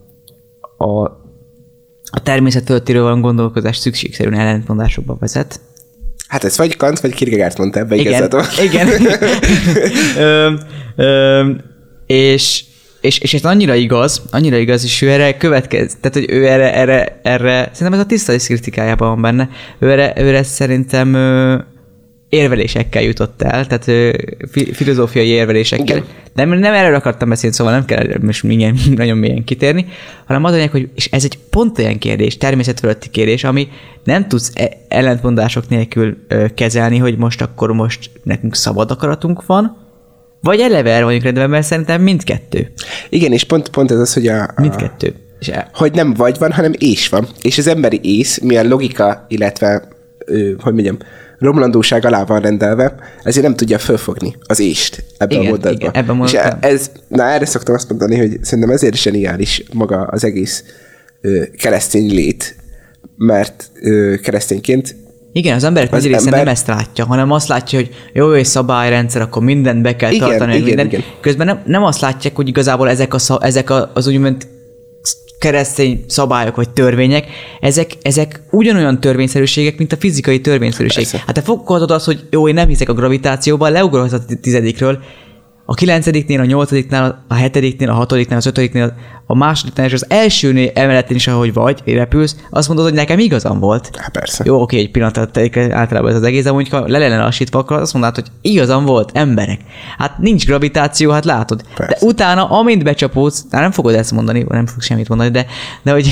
B: a, a természet fölöttiről való gondolkozás szükségszerűen ellentmondásokba vezet.
A: Hát ez vagy Kant, vagy Kierkegaard mondta, ebbe
B: igen, igen. ö, ö, és, és, és ez annyira igaz, annyira igaz, és ő erre következ, tehát hogy ő erre, erre, erre szerintem ez a tisztalész kritikájában van benne, ő erre, ő erre szerintem ö, érvelésekkel jutott el, tehát ö, fi, filozófiai érvelésekkel. Igen. De nem erről akartam beszélni, szóval nem kell most milyen, nagyon mélyen kitérni, hanem az lényeg, hogy és ez egy pont olyan kérdés, természet fölötti kérdés, ami nem tudsz ellentmondások nélkül ö, kezelni, hogy most akkor most nekünk szabad akaratunk van, vagy eleve el vagyunk rendben, mert szerintem mindkettő.
A: Igen, és pont, pont ez az, hogy a... a...
B: Mindkettő. És el...
A: Hogy nem vagy van, hanem és van. És az emberi ész, milyen logika, illetve, ö, hogy mondjam, romlandóság alá van rendelve, ezért nem tudja fölfogni az ést ebben
B: igen,
A: a mondatban.
B: Igen, ebben
A: és ez, na erre szoktam azt mondani, hogy szerintem ezért zseniális maga az egész ö, keresztény lét, mert ö, keresztényként
B: igen, az emberek nagy része ember... nem ezt látja, hanem azt látja, hogy jó, jó, szabályrendszer, akkor mindent be kell
A: igen,
B: tartani.
A: Igen,
B: minden.
A: igen.
B: Közben nem, nem azt látják, hogy igazából ezek, a, ezek a, az úgymond keresztény szabályok vagy törvények, ezek, ezek ugyanolyan törvényszerűségek, mint a fizikai törvényszerűség. Persze. Hát te fogadod azt, hogy jó, én nem hiszek a gravitációban, leugrálsz a tizedikről, a kilencediknél, a nyolcadiknál, a hetediknél, a hatodiknál, az ötödiknél, a másodiknál és az elsőnél emeletén is, ahogy vagy, repülsz, azt mondod, hogy nekem igazam volt.
A: Hát persze.
B: Jó, oké, egy pillanat általában ez az egész, de mondjuk, ha le lenne lassítva, akkor azt mondod, hogy igazam volt, emberek. Hát nincs gravitáció, hát látod. Persze. De utána, amint becsapódsz, nem fogod ezt mondani, nem fogsz semmit mondani, de, de hogy,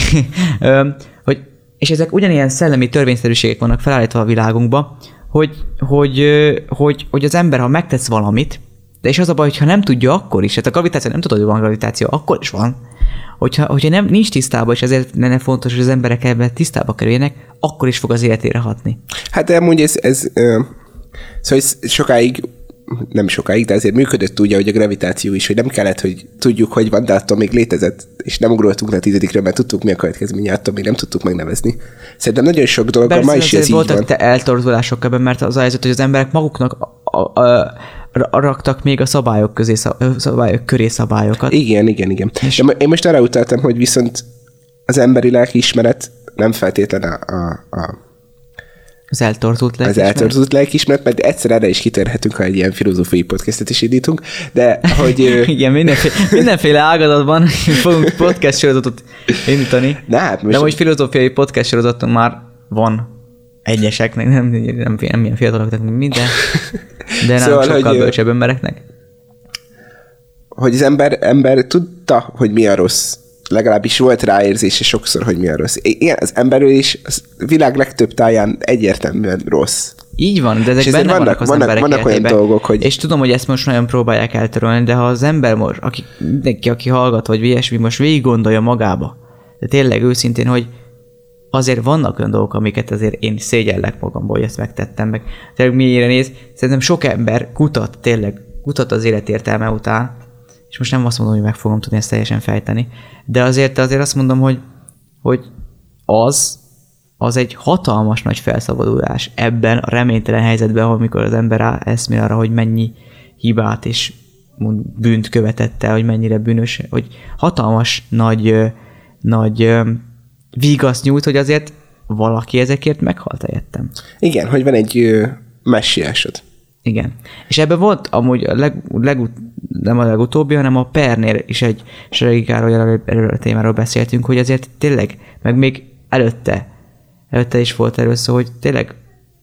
B: hogy, és ezek ugyanilyen szellemi törvényszerűségek vannak felállítva a világunkba, hogy, hogy, hogy, hogy az ember, ha megtesz valamit, de és az a baj, hogyha nem tudja, akkor is. Hát a gravitáció, nem tudod, hogy van gravitáció, akkor is van. Hogyha, hogyha nem, nincs tisztában, és ezért lenne fontos, hogy az emberek ebben tisztába kerüljenek, akkor is fog az életére hatni.
A: Hát amúgy ez, ez ö, szóval ez sokáig, nem sokáig, de azért működött úgy, hogy a gravitáció is, hogy nem kellett, hogy tudjuk, hogy van, de attól még létezett, és nem ugrottunk le a tizedikről, mert tudtuk, mi a következménye, attól még nem tudtuk megnevezni. Szerintem nagyon sok dologban ma is ez így van.
B: Voltak eltorzulások ebben, mert az a helyzet, hogy az emberek maguknak a, a, a, raktak még a szabályok, közé, szabályok köré szabályokat.
A: Igen, igen, igen. És de én most arra utaltam, hogy viszont az emberi lelkiismeret nem feltétlen a, a, a
B: Az eltorzult
A: lelkiismeret. Az eltorzult lelkiismeret, mert egyszer erre is kitérhetünk, ha egy ilyen filozófiai podcastet is indítunk, de hogy...
B: Igen, mindenféle, mindenféle ágazatban fogunk podcast sorozatot indítani.
A: Na, hát most...
B: De most filozófiai podcast sorozaton már van egyeseknek, nem, nem, nem ilyen fiataloknak, mint minden, de nem szóval, sokkal hogy, bölcsebb embereknek.
A: Hogy az ember, ember tudta, hogy mi a rossz. Legalábbis volt ráérzése sokszor, hogy mi a rossz. Igen, az emberről is a világ legtöbb táján egyértelműen rossz.
B: Így van, de ezek benne vannak, vannak az vannak, emberek
A: vannak olyan dolgok, hogy...
B: És tudom, hogy ezt most nagyon próbálják eltörölni, de ha az ember most, aki, mindenki, aki hallgat, vagy ilyesmi, most végig gondolja magába, de tényleg őszintén, hogy azért vannak olyan dolgok, amiket azért én szégyellek magamból, hogy ezt megtettem meg. Tényleg miért néz, szerintem sok ember kutat, tényleg kutat az élet értelme után, és most nem azt mondom, hogy meg fogom tudni ezt teljesen fejteni, de azért, azért azt mondom, hogy, hogy az, az egy hatalmas nagy felszabadulás ebben a reménytelen helyzetben, amikor az ember eszmél arra, hogy mennyi hibát és bűnt követett el, hogy mennyire bűnös, hogy hatalmas nagy, nagy vigaszt nyújt, hogy azért valaki ezekért meghalt helyettem.
A: Igen, hogy van egy messiásod.
B: Igen. És ebben volt amúgy a leg, legut, nem a legutóbbi, hanem a pernél is egy Seregi Károly erről a témáról beszéltünk, hogy azért tényleg, meg még előtte, előtte is volt erről szó, hogy tényleg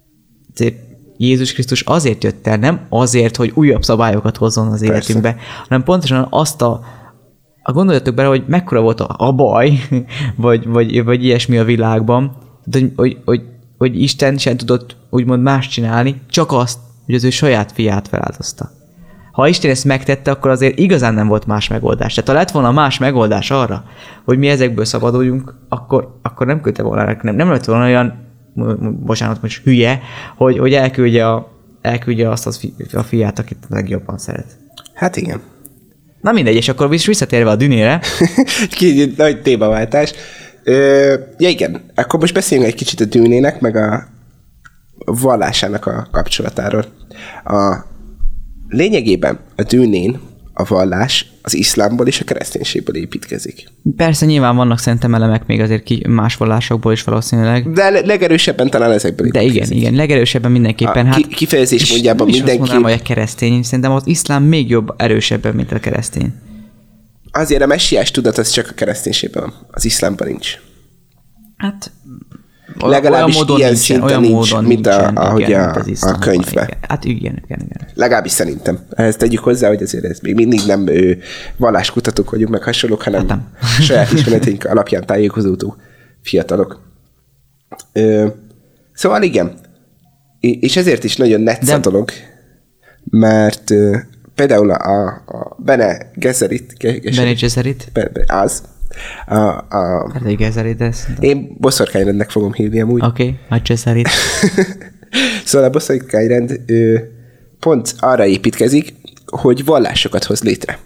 B: Jézus Krisztus azért jött el, nem azért, hogy újabb szabályokat hozzon az életünkbe, hanem pontosan azt a, a gondoljatok bele, hogy mekkora volt a, a baj, vagy, vagy, vagy ilyesmi a világban, hogy, hogy, hogy, hogy Isten sem tudott úgymond más csinálni, csak azt, hogy az ő saját fiát feláldozta. Ha Isten ezt megtette, akkor azért igazán nem volt más megoldás. Tehát ha lett volna más megoldás arra, hogy mi ezekből szabaduljunk, akkor, akkor nem küldte volna, nem, nem lett volna olyan, bocsánat, most hülye, hogy, hogy elküldje, a, elküldje azt az fi, a fiát, akit legjobban szeret.
A: Hát igen.
B: Na mindegy, és akkor visszatérve a Dűnére.
A: Ki, nagy témaváltás. Ö, ja igen, akkor most beszéljünk egy kicsit a Dűnének, meg a vallásának a kapcsolatáról. A lényegében a Dűnén a vallás az iszlámból és a kereszténységből építkezik.
B: Persze nyilván vannak szerintem elemek még azért ki más vallásokból is valószínűleg.
A: De legerősebben talán ezekből
B: De igen, igen, legerősebben mindenképpen.
A: A hát, kifejezés mondjában mindenki...
B: És azt mondanám, hogy a keresztény, szerintem az iszlám még jobb, erősebben, mint a keresztény.
A: Azért a messiás tudat az csak a kereszténységben van, az iszlámban nincs.
B: Hát...
A: Legalábbis
B: olyan
A: ilyen
B: nincsen,
A: szinten
B: olyan
A: nincs,
B: módon
A: mint
B: nincsen,
A: a, ahogy
B: igen,
A: a, a könyvben.
B: Igen. Hát igen, igen, igen.
A: Legalábbis szerintem. Ehhez tegyük hozzá, hogy azért ez még mindig nem ő, valláskutatók vagyunk, meg hasonlók, hanem hát nem. saját ismereteink alapján tájékozódó fiatalok. Ö, szóval igen. És ezért is nagyon netsz a dolog, mert ö, például a, a Bene Gesserit,
B: Bene Gesserit?
A: Az. A, a,
B: hát egy Gesserit ez.
A: Én boszorkányrendnek fogom hívni amúgy.
B: Oké, okay, a Gesserit.
A: Szóval a boszorkányrend ö, pont arra építkezik, hogy vallásokat hoz létre.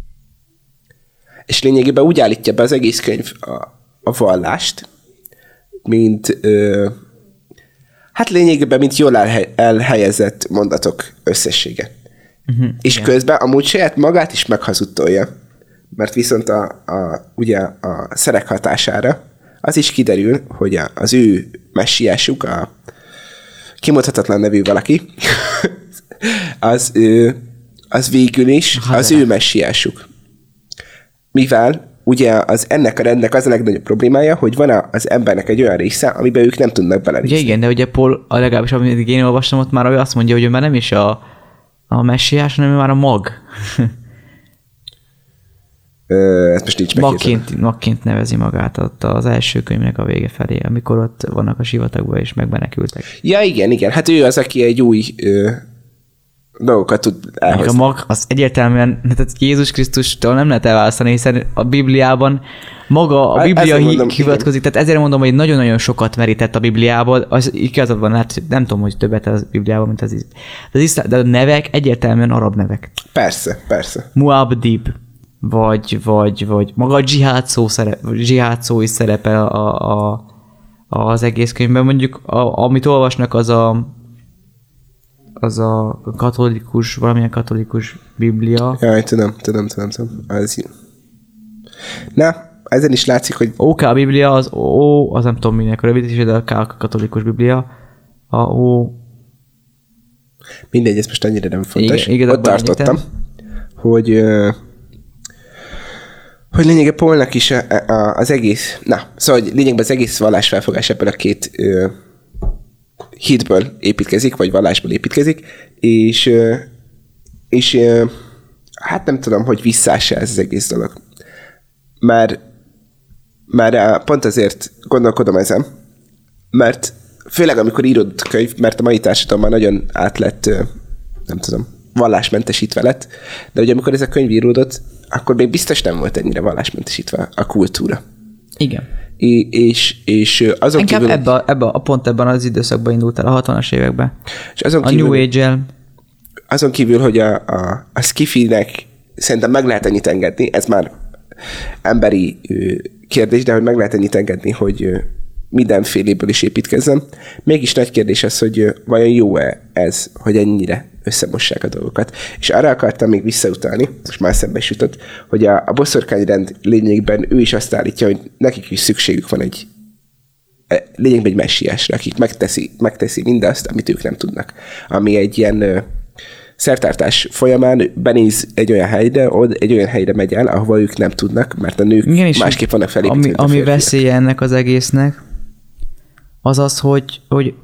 A: És lényegében úgy állítja be az egész könyv a, a vallást, mint ö, hát lényegében, mint jól elhe, elhelyezett mondatok összessége. Uh-huh, és igen. Közben amúgy saját magát is meghazudtolja, mert viszont a, a, ugye a szerek hatására az is kiderül, hogy a, az ő messiásuk, a kimondhatatlan nevű valaki, az, ő, az végül is hát az de. ő messiásuk. Mivel ugye az ennek a rendnek az a legnagyobb problémája, hogy van az embernek egy olyan része, amiben ők nem tudnak belenézni.
B: Ugye igen, de ugye Paul, a legalábbis amit én olvastam, ott már azt mondja, hogy ő már nem is a, a messiás, hanem ő már a mag.
A: Ö, ez most nincs
B: magként, magként nevezi magát ott az első könyvnek a vége felé, amikor ott vannak a sivatagban és megmenekültek.
A: Ja, igen, igen. Hát ő az, aki egy új ö, dolgokat tud elhozni.
B: A mag az egyértelműen, tehát Jézus Krisztustól nem lehet elválasztani, hiszen a Bibliában maga a Biblia mondom, hivatkozik, igen. Tehát ezért mondom, hogy nagyon-nagyon sokat merített a Bibliából, az igazad van, hát nem tudom, hogy többet az Bibliában, mint az iszlám. De, az iszlám, de a nevek egyértelműen arab nevek.
A: Persze, persze.
B: Muabdib, vagy, vagy, vagy maga a dzsihád szó, szerep, dzsihád szó is szerepel a, a, az egész könyvben. Mondjuk, a, amit olvasnak, az a az a katolikus, valamilyen katolikus biblia.
A: Jaj, tudom, tudom, tudom, tudom. Az... Na, ezen is látszik, hogy...
B: ó ká Biblia, az O, az nem tudom minek a rövidítés, de a K a katolikus biblia, a ó...
A: Mindegy, ez most annyira nem fontos.
B: Igen,
A: ott tartottam, hogy, hogy lényegében Paulnak is a, a, az egész, na, szóval hogy lényegében az egész vallásfelfogás ebből a két ö, hitből építkezik, vagy vallásból építkezik, és, ö, és ö, hát nem tudom, hogy visszássa ez az egész dolog. Már, már pont azért gondolkodom ezen, mert főleg amikor írott könyv, mert a mai társadalomban nagyon át lett, nem tudom, vallásmentesítve lett, de ugye amikor ez a könyv íródott, akkor még biztos nem volt ennyire vallásmentesítve a kultúra.
B: Igen.
A: I- és, és azon
B: Inkább
A: kívül...
B: ebbe, a, ebbe a, pont ebben az időszakban indult el, a hatvanas években.
A: És azon
B: a
A: kívül,
B: New Age-el.
A: Azon kívül, hogy a, a, a skifinek szerintem meg lehet ennyit engedni, ez már emberi kérdés, de hogy meg lehet ennyit engedni, hogy mindenféléből is építkezzen. Mégis nagy kérdés az, hogy vajon jó-e ez, hogy ennyire összemossák a dolgokat. És arra akartam még visszautalni, most már szembe is jutott, hogy a, a boszorkányrend lényegben ő is azt állítja, hogy nekik is szükségük van egy lényegben egy messiásra, akik megteszi, megteszi mindazt, amit ők nem tudnak. Ami egy ilyen ö, szertartás folyamán benéz egy olyan helyre, od, egy olyan helyre megy el, ahova ők nem tudnak, mert a nők igen, másképp vannak felépítve.
B: Ami, ami veszélye ennek az egésznek, az az, hogy, hogy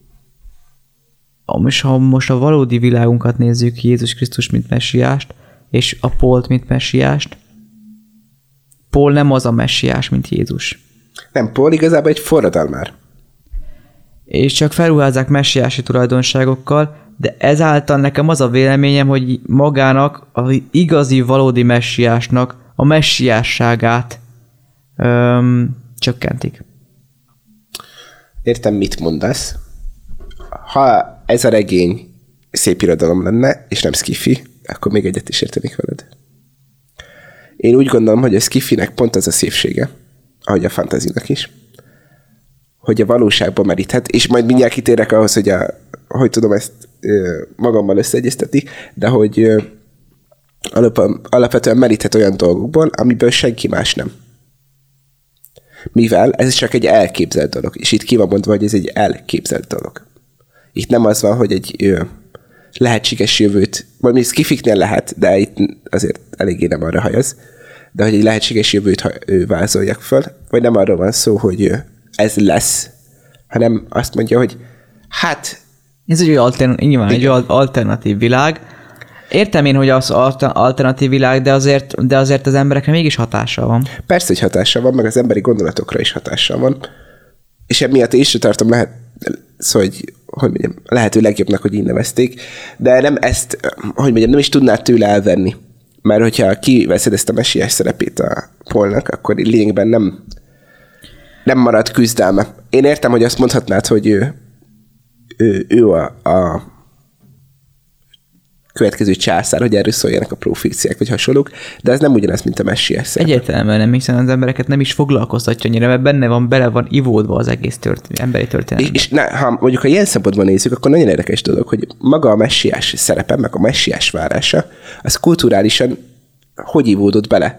B: most, ha most a valódi világunkat nézzük, Jézus Krisztus mint messiást, és a Pólt mint messiást, Pól nem az a messiás, mint Jézus.
A: Nem, Pól igazából egy forradalmár.
B: És csak felruházzák messiási tulajdonságokkal, de ezáltal nekem az a véleményem, hogy magának, az igazi, valódi messiásnak a messiásságát öm, csökkentik.
A: Értem, mit mondasz. Ha ez a regény szép irodalom lenne, és nem skifi, akkor még egyet is értenék veled. Én úgy gondolom, hogy a skifinek pont az a szépsége, ahogy a fantazinak is, hogy a valóságban meríthet, és majd mindjárt kitérek ahhoz, hogy, a, hogy tudom ezt ö, magammal összeegyeztetni, de hogy ö, alap, alapvetően meríthet olyan dolgokból, amiből senki más nem. Mivel ez csak egy elképzelt dolog, és itt ki van mondva, hogy ez egy elképzelt dolog. Itt nem az van, hogy egy ö, lehetséges jövőt, majd még skifiknél lehet, de itt azért eléggé nem arra hajaz, de hogy egy lehetséges jövőt ö, vázoljak föl, vagy nem arról van szó, hogy ö, ez lesz, hanem azt mondja, hogy hát...
B: Ez egy altern- nyilván egy alternatív világ. Értem én, hogy az alternatív világ, de azért, de azért az emberekre mégis hatással van.
A: Persze, hogy hatással van, meg az emberi gondolatokra is hatással van. És emiatt én is tartom lehet, szóval, hogy, hogy mondjam, lehető legjobbnak, hogy így nevezték, de nem ezt, hogy mondjam, nem is tudnád tőle elvenni. Mert hogyha kiveszed ezt a messiás szerepét a Paulnak, akkor lényegben nem nem marad küzdelme. Én értem, hogy azt mondhatnád, hogy ő, ő, ő a, a következő császár, hogy erről szóljanak a proféciák, vagy hasonlók, de ez nem ugyanaz, mint a messiás szerep.
B: Egyértelműen nem, hiszen az embereket nem is foglalkoztatja annyira, mert benne van, bele van ivódva az egész tört, emberi történetben.
A: És, és ne, ha mondjuk a ilyen szempontból nézzük, akkor nagyon érdekes dolog, hogy maga a messiás szerepe, meg a messiás várása, az kulturálisan hogy ivódott bele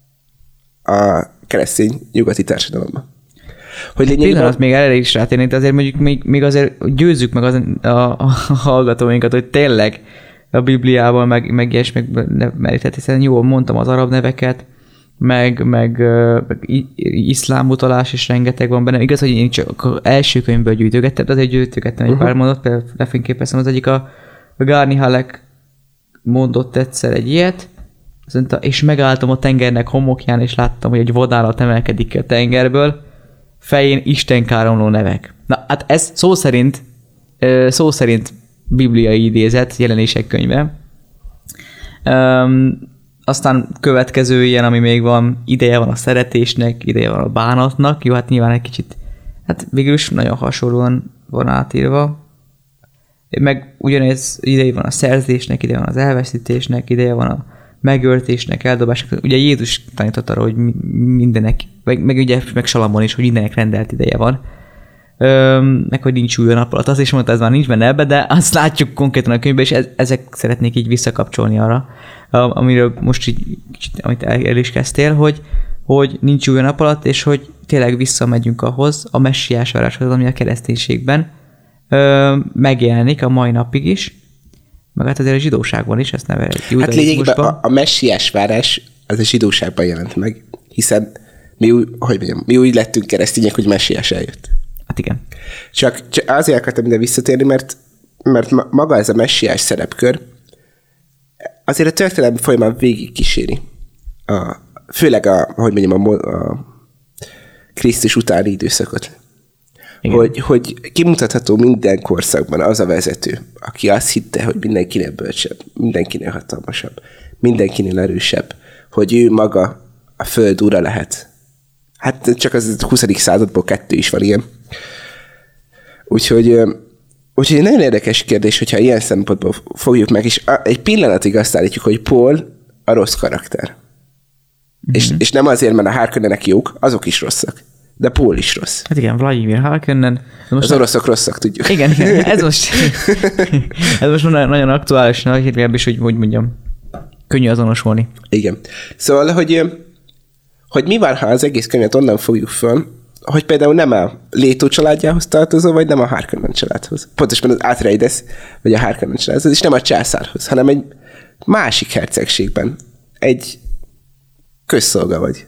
A: a keresztény nyugati társadalomba.
B: Hogy lényegében... Pillanat, még erre is rátérnék, de azért mondjuk még, még azért győzzük meg az, a, a, a hallgatóinkat, hogy tényleg a Bibliával meg, meg ilyes, meg merített, hiszen jól mondtam az arab neveket, meg, meg, meg iszlám utalás is rengeteg van benne. Igaz, hogy én csak az első könyvből gyűjtögettem, de azért gyűjtögettem egy uh-huh. pár mondat, például lefényképeztem az egyik, a, a Gárni Halleck mondott egyszer egy ilyet, mondta, és megálltam a tengernek homokján, és láttam, hogy egy vadállat emelkedik ki a tengerből, fején istenkáromló nevek. Na, hát ez szó szerint, szó szerint bibliai idézet, Jelenések könyve. Um, aztán következő ilyen, ami még van, ideje van a szeretésnek, ideje van a bánatnak. Jó, hát nyilván egy kicsit, hát végül is nagyon hasonlóan van átírva. Meg ugyanez ideje van a szerzésnek, ideje van az elveszítésnek, ideje van a megöltésnek, eldobásnak. Ugye Jézus tanított arra, hogy mindenek, meg, meg ugye meg Salamon is, hogy mindenek rendelt ideje van. Öm, meg hogy nincs új nap alatt. Azt is mondta, ez már nincs benne ebbe, de azt látjuk konkrétan a könyvben, és ez, ezek szeretnék így visszakapcsolni arra, amiről most így kicsit, amit el, el is kezdtél, hogy, hogy nincs új nap alatt, és hogy tényleg visszamegyünk ahhoz, a messiás váráshoz, ami a kereszténységben ö, megjelenik a mai napig is, meg hát azért a zsidóságban is, ezt neve egy
A: Hát lényegében a, a messiás várás az a zsidóságban jelent meg, hiszen mi úgy, hogy mondjam, mi úgy lettünk keresztények, hogy messiás eljött.
B: Hát igen.
A: Csak, csak azért akartam ide visszatérni, mert, mert maga ez a messiás szerepkör azért a történelem folyamán végig kíséri. A, főleg a, hogy mondjam, a, a Krisztus utáni időszakot. Hogy, hogy kimutatható minden korszakban az a vezető, aki azt hitte, hogy mindenkinél bölcsebb, mindenkinél hatalmasabb, mindenkinél erősebb, hogy ő maga a föld ura lehet. Hát csak az huszadik századból kettő is van ilyen. Úgyhogy, úgyhogy egy nagyon érdekes kérdés, hogyha ilyen szempontból fogjuk meg, és egy pillanatig azt állítjuk, hogy Paul a rossz karakter. Mm-hmm. És, és nem azért, mert a Harkonnenek jók, azok is rosszak. De Paul is rossz.
B: Hát igen, Vladimir Harkonnen.
A: Az oroszok rosszak, tudjuk.
B: Igen, igen, ez most, ez most nagyon aktuális, legalábbis, hogy hogy mondjam, könnyű azonosulni.
A: Igen. Szóval, hogy, hogy mi van, ha az egész könyvet onnan fogjuk föl, hogy például nem a Leto családjához tartozó, vagy nem a Harkonnen családhoz. Pontosan az Atreides, vagy a Harkonnen családhoz, és nem a császárhoz, hanem egy másik hercegségben. Egy közszolga vagy.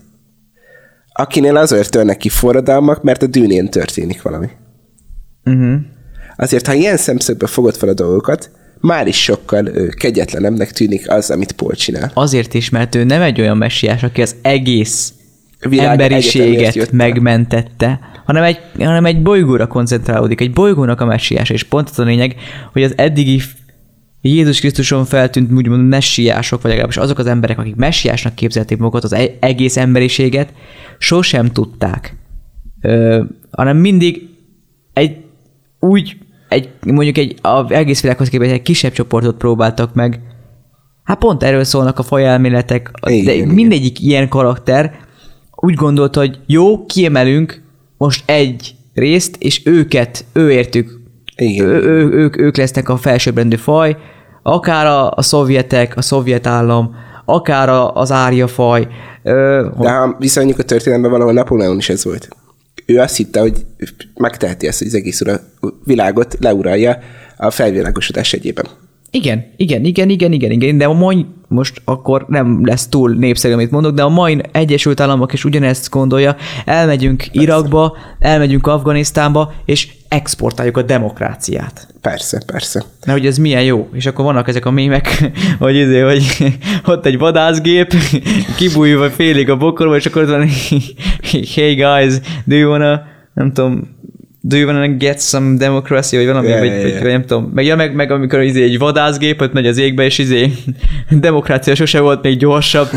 A: Akinél azért törnek ki forradalmak, mert a dűnén történik valami. Uh-huh. Azért, ha ilyen szemszögből fogod fel a dolgokat, már is sokkal ö, kegyetlenebbnek tűnik az, amit Paul csinál.
B: Azért is, mert ő nem egy olyan messiás, aki az egész emberiséget megmentette, hanem egy, hanem egy bolygóra koncentrálódik, egy bolygónak a messiása, és pont az a lényeg, hogy az eddigi Jézus Krisztuson feltűnt úgymond messiások, vagy legalábbis azok az emberek, akik messiásnak képzelték magukat, az egész emberiséget, sosem tudták. Ö, hanem mindig egy úgy, egy, mondjuk egy az egész világhoz képest egy kisebb csoportot próbáltak meg. Hát pont erről szólnak a fajelméletek, de igen, mindegyik igen. Ilyen karakter úgy gondolt, hogy jó, kiemelünk most egy részt, és őket, őértük, ő, ő, ők, ők lesznek a felsőbbrendű faj, akár a, a szovjetek, a szovjet állam, akár a, az árja faj. Ö,
A: De ha viszonyjuk a történelemben, valahol Napóleon is ez volt. Ő azt hitte, hogy megteheti ezt, hogy az egész ura, világot leuralja a felvilágosodás egyében.
B: Igen, igen, igen, igen, igen, igen, de a mai, most akkor nem lesz túl népszerű, amit mondok, de a mai Egyesült Államok is ugyanezt gondolja, elmegyünk Persze. Irakba, elmegyünk Afganisztánba, és exportáljuk a demokráciát.
A: Persze, persze.
B: Na, hogy ez milyen jó, és akkor vannak ezek a mémek, hogy, izé, hogy ott egy vadászgép, kibújva félig a bokorba, és akkor ott van, hey guys, do you wanna, nem tudom, do you wanna get some democracy, vagy valami, yeah, vagy, yeah, vagy, yeah. vagy nem tudom. Meg, ja, meg, meg amikor izé egy vadászgép ott megy az égbe, és izé demokrácia sose volt még gyorsabb.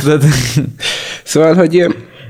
A: Szóval, hogy,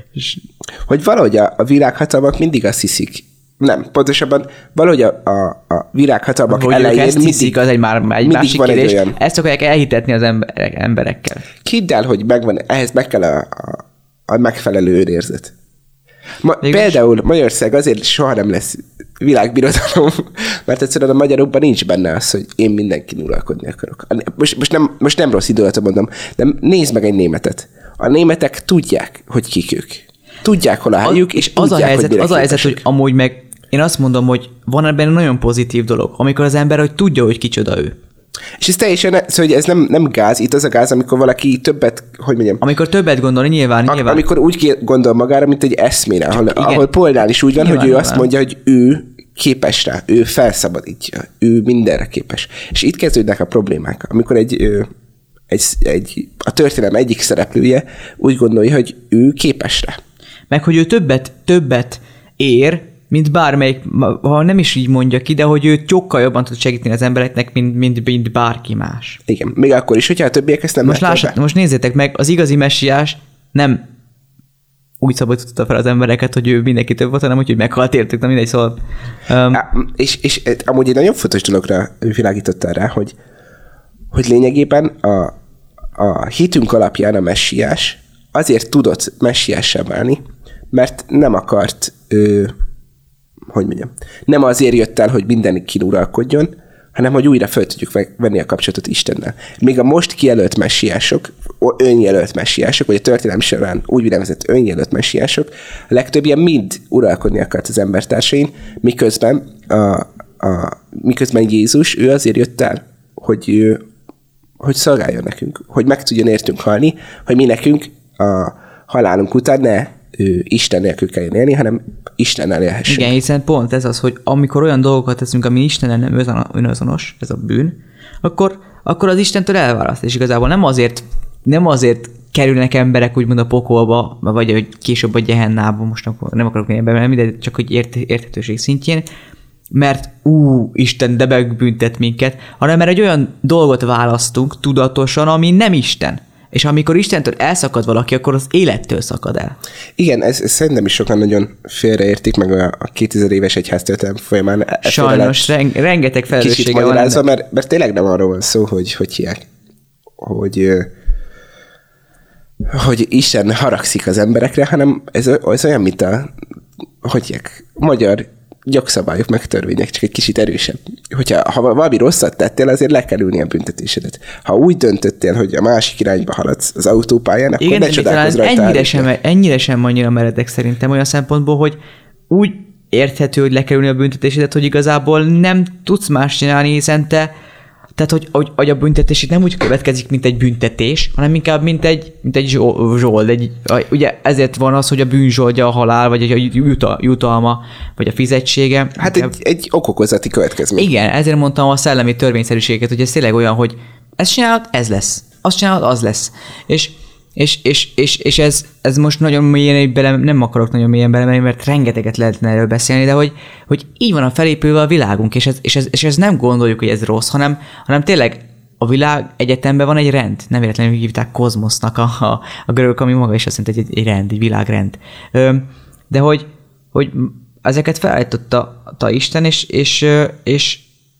A: hogy valahogy a, a világhatalmak mindig azt hiszik. Nem, pontosabban valahogy a, a, a világhatalmak
B: hogy
A: elején
B: ezt
A: mindig,
B: hiszik, az egy már egy másik
A: van
B: kérdés.
A: Egy olyan.
B: Ezt akarják elhitetni az emberek, emberekkel.
A: Hidd el, hogy megvan, ehhez meg kell a, a, a megfelelő önérzet. Ma, például Magyarország azért soha nem lesz világbirodalom, mert egyszerűen a magyarokban nincs benne az, hogy én mindenkin uralkodni akarok. Most, most, nem, most nem rossz indulatot mondom, de nézd meg egy németet. A németek tudják, hogy kik ők. Tudják, hol a helyük, és
B: az
A: tudják,
B: a helyzet,
A: hogy
B: az a helyzet, hogy amúgy meg én azt mondom, hogy van ebben nagyon pozitív dolog, amikor az ember, hogy tudja, hogy kicsoda ő.
A: És ez teljesen, szóval hogy ez nem, nem gáz, itt az a gáz, amikor valaki többet, hogy mondjam.
B: Amikor többet gondol, nyilván, nyilván.
A: Amikor úgy gondol magára, mint egy eszmére, ahol, ahol Paulnál is úgy van, nyilván, hogy ő nyilván. Azt mondja, hogy ő képes rá, ő felszabadítja, ő mindenre képes. És itt kezdődnek a problémák, amikor egy, egy, egy a történelem egyik szereplője úgy gondolja, hogy ő képes rá.
B: Meg hogy ő többet, többet ér, mint bármelyik, ha nem is így mondja ki, de hogy ő sokkal jobban tud segíteni az embereknek, mint, mint, mint bárki más.
A: Igen, még akkor is, hogyha a többiek ezt nem
B: most lássat, most nézzétek meg, az igazi messiás nem úgy szabadította fel az embereket, hogy ő mindenki több volt, hanem úgy, hogy meghalt értük, de mindegy, szóval... Um,
A: Á, és, és amúgy egy nagyon fontos dologra világította rá, hogy, hogy lényegében a, a hitünk alapján a messiás azért tudott messiássá válni, mert nem akart... Ő, hogy mondjam, nem azért jött el, hogy mindenki uralkodjon, hanem hogy újra föl tudjuk venni a kapcsolatot Istennel. Még a most kijelölt messiások, önjelölt messiások, vagy a történelem során úgy nevezett önjelölt messiások, a legtöbb ilyen mind uralkodni akart az embertársain, miközben a, a, miközben Jézus, ő azért jött el, hogy, hogy szolgáljon nekünk, hogy meg tudjon értünk halni, hogy mi nekünk a halálunk után ne ő, Isten nélkül kelljen élni, hanem Istennel élhessünk.
B: Igen, hiszen pont ez az, hogy amikor olyan dolgokat teszünk, ami Istennel nem önazonos, ez a bűn, akkor, akkor az Istentől elválaszt, és igazából nem azért, nem azért kerülnek emberek úgymond a pokolba, vagy hogy később a Gehennába, most nem akarok ebben menni, de csak hogy ért, érthetőség szintjén, mert ú, Isten de megbüntet minket, hanem mert egy olyan dolgot választunk tudatosan, ami nem Isten. És amikor Istentől elszakad valaki, akkor az élettől szakad el.
A: Igen, ez, ez szerintem is sokan nagyon félreértik, meg a, a kétezer éves egyháztörténelem folyamán.
B: Sajnos, ren, rengeteg felelőssége van.
A: Mert, mert tényleg nem arról van szó, hogy hogy hiák, hogy, hogy Isten haragszik az emberekre, hanem ez, ez olyan, mint a, hogy hiák, magyar jogszabályok, meg törvények, csak egy kicsit erősebb. Hogyha ha valami rosszat tettél, azért le kell ülni a büntetésedet. Ha úgy döntöttél, hogy a másik irányba haladsz az autópályán, akkor igen, ne csodálkozz rajta.
B: Ennyire sem, ennyire sem annyira meredek szerintem olyan szempontból, hogy úgy érthető, hogy le kell ülni a büntetésedet, hogy igazából nem tudsz más csinálni, hiszen te, tehát, hogy, hogy, hogy a büntetés itt nem úgy következik, mint egy büntetés, hanem inkább, mint egy, mint egy zsold. Egy, ugye ezért van az, hogy a bűnzsoldja a halál, vagy a jutal, jutalma, vagy a fizetsége.
A: Hát inkább... egy, egy okokozati következmény.
B: Igen, ezért mondtam a szellemi törvényszerűséget, hogy ez tényleg olyan, hogy ezt csinálod, ez lesz. Azt csinálod, az lesz. És, és, és, és, és ez, ez most nagyon mélyen bele, nem akarok nagyon mélyen belemenni, mert rengeteget lehetne erről beszélni, de hogy, hogy így van a felépülve a világunk, és ez, és, ez, és ez nem gondoljuk, hogy ez rossz, hanem, hanem tényleg a világ egyetemben van egy rend. Nem véletlenül hívták kozmosznak a, a, a görögök, ami maga is azt mondta, hogy egy, egy rend, egy világrend. De hogy, hogy ezeket felállította a Isten, és, és, és,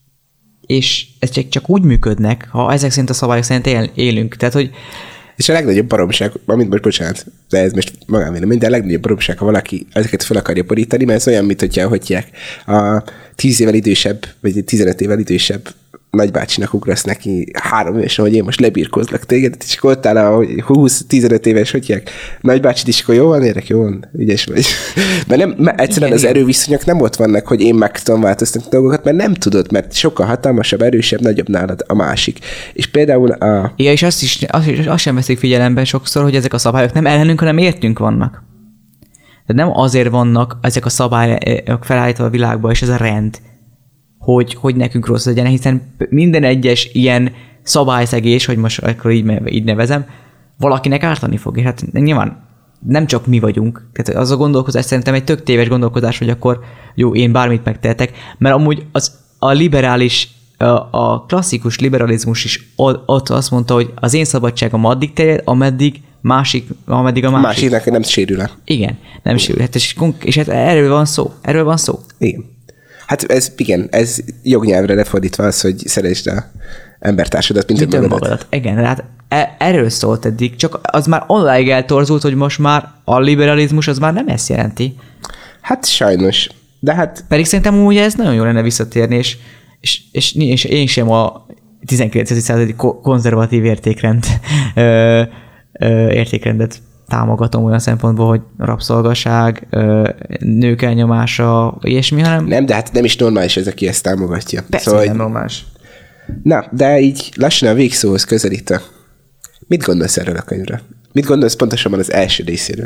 B: és ez csak, csak úgy működnek, ha ezek szerint a szabályok szerint él, élünk. Tehát, hogy
A: és a legnagyobb baromság, amit most bocsánat, de ez most magánvélemény, de a legnagyobb baromság, ha valaki ezeket fel akarja borítani, mert ez olyan, mint hogyha, hogy a tíz évvel idősebb, vagy tizenöt évvel idősebb nagybácsinak ugrasz neki három évesen, hogy én most lebírkozlak téged, és akkor ott áll a húsz-tizenöt éves, hogy hívják, nagybácsit is, akkor jó van, érek, jó van, ügyes vagy. Mert, nem, mert egyszerűen igen, az igen. erőviszonyok nem ott vannak, hogy én meg tudom változtatni dolgokat, mert nem tudod, mert sokkal hatalmasabb, erősebb, nagyobb nálad a másik. És például a...
B: Igen, és azt, is, azt, is, azt sem veszik figyelembe sokszor, hogy ezek a szabályok nem ellenünk, hanem értünk vannak. Tehát nem azért vannak ezek a szabályok felállítva a világba, és ez a rend, hogy, hogy nekünk rossz legyen, hiszen minden egyes ilyen szabályszegés, hogy most akkor így, így nevezem, valakinek ártani fog. És hát nyilván nem csak mi vagyunk. Tehát az a gondolkozás szerintem egy tök téves gondolkozás, hogy akkor jó, én bármit megtehetek, mert amúgy az, a liberális, a, a klasszikus liberalizmus is ott azt mondta, hogy az én szabadságom addig terjed, ameddig másik, ameddig a másik.
A: Másiknak nem sérül el.
B: Igen, nem sérülhet. És, és hát erről van szó. Erről van szó.
A: Igen. Hát ez, igen, ez jognyelvre lefordítva az, hogy szeresd a embertársadat, mint, mint önmagadat. magadat.
B: Igen, hát erről szólt eddig, csak az már online eltorzult, hogy most már a liberalizmus az már nem ezt jelenti.
A: Hát sajnos, de hát...
B: Pedig szerintem ugye ez nagyon jó lenne visszatérni, és, és, és, és én sem a tizenkilencedik századi konzervatív értékrend, ö, ö, értékrendet támogatom olyan szempontból, hogy rabszolgaság, nők elnyomása, ilyesmi, hanem...
A: Nem, de hát nem is normális ez, aki ezt támogatja.
B: Persze, szóval, nem normális.
A: Na, de így lassan a végszóhoz közelít. Mit gondolsz erről a könyvről? Mit gondolsz pontosabban az első részéről?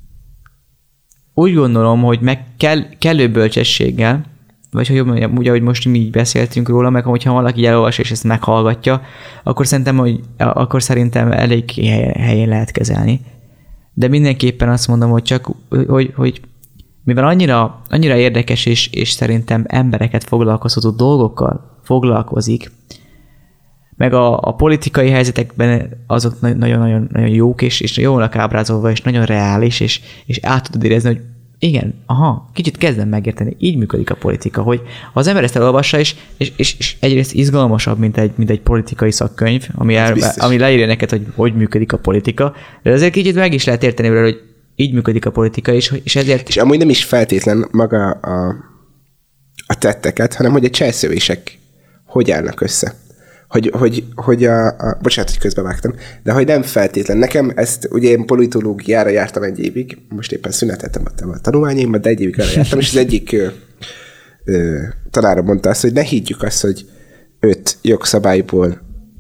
B: Úgy gondolom, hogy meg kell, kellő bölcsességgel, vagy hogy úgy, ahogy most mi így beszéltünk róla, meg hogyha valaki elolvas és ezt meghallgatja, akkor szerintem, hogy, akkor szerintem elég helyén lehet kezelni. De mindenképpen azt mondom, hogy csak, hogy, hogy mivel annyira, annyira érdekes és, és szerintem embereket foglalkoztató dolgokkal foglalkozik, meg a, a politikai helyzetekben azok nagyon-nagyon nagyon jók, és, és jól ábrázolva, és nagyon reális, és, és át tudod érezni, hogy igen, aha, kicsit kezdem megérteni, így működik a politika, hogy az ember ezt elolvassa, és, és, és, és egyrészt izgalmasabb, mint egy, mint egy politikai szakkönyv, ami, el, ami leírja neked, hogy hogy működik a politika, de azért kicsit meg is lehet érteni vele, hogy így működik a politika, és, és ezért...
A: És amúgy nem is feltétlen maga a, a tetteket, hanem hogy a cselszövések hogy állnak össze. Hogy, hogy, hogy a, a... Bocsánat, hogy közbevágtam, de hogy nem feltétlen. Nekem ezt, ugye én politológiára jártam egy évig, most éppen szüneteltem a tanulmányaimban, de egy évig arra jártam, és az egyik ö, ö, tanárom mondta azt, hogy ne higgyük azt, hogy öt jogszabályból,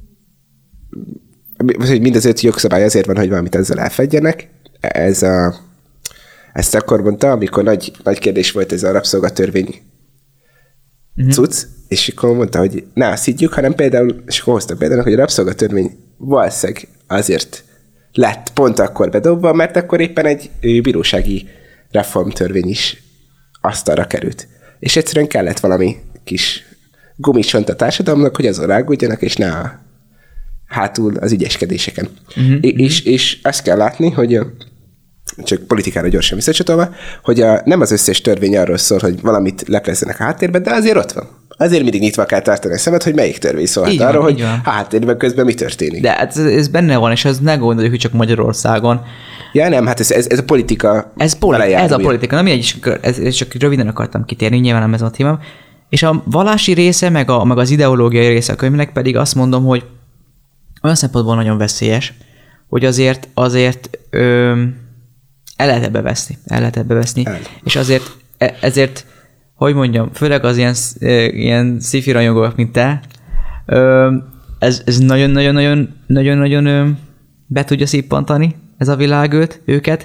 A: hogy mind az öt jogszabály azért van, hogy valamit ezzel elfedjenek. Ez a, ezt akkor mondta, amikor nagy, nagy kérdés volt ez a rabszolgatörvény uh-huh. cucc, és akkor mondta, hogy ne azt higgyük, hanem például, és akkor hozta például, hogy a rabszolgatörvény valószínűleg azért lett pont akkor bedobva, mert akkor éppen egy bírósági reformtörvény is asztalra került. És egyszerűen kellett valami kis gumicsont a társadalomnak, hogy azon rágódjanak, és ne a hátul az ügyeskedéseken. Uh-huh. És, és azt kell látni, hogy csak politikára gyorsan visszacsatolva, hogy a, nem az összes törvény arról szól, hogy valamit leplezzenek a háttérben, de azért ott van. Azért mindig nyitva kell tartani a szemet, hogy melyik törvény szólhat arról, van, hogy a háttérben közben mi történik.
B: De ez, ez benne van, és ez ne gondoljuk, hogy csak Magyarországon.
A: Ja nem, hát ez, ez, ez a politika.
B: Ez, poli- ez a politika. Na mindegy, ez, ez csak röviden akartam kitérni, nyilván nem ez a témám. És a vallási része, meg, a, meg az ideológiai része a könyvnek pedig azt mondom, hogy olyan szempontból nagyon veszélyes, hogy azért, azért ö, el lehet ebbe veszni. El lehet ebbe veszni. El. És azért, ezért, hogy mondjam, főleg az ilyen, ilyen sci-fi rajongók, mint te, ö, ez, ez nagyon-nagyon-nagyon nagyon-nagyon be tudja szippantani ez a világ őt, őket,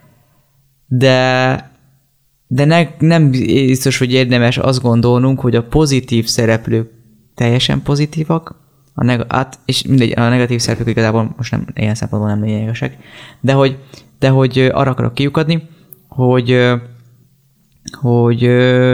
B: de, de ne, nem biztos, hogy érdemes azt gondolnunk, hogy a pozitív szereplők teljesen pozitívak, a neg- át, és mindegy, a negatív szereplők igazából most nem ilyen szempontból nem lényegesek, de hogy, de hogy arra akarok kiukadni, hogy, hogy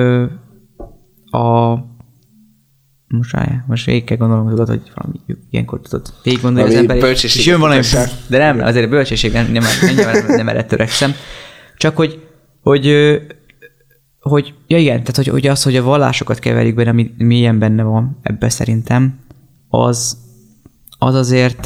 B: a most állja, most végig kell gondolom, tudod, hogy valami ilyenkor tudod, végig gondolni az ember, és jön valami, de nem, azért a bölcsesség nem, nem, nem, nem erre törekszem, csak hogy, hogy, hogy, ja igen, tehát hogy, hogy az, hogy a vallásokat keverjük benne, ami milyen benne van ebbe szerintem, az, az azért,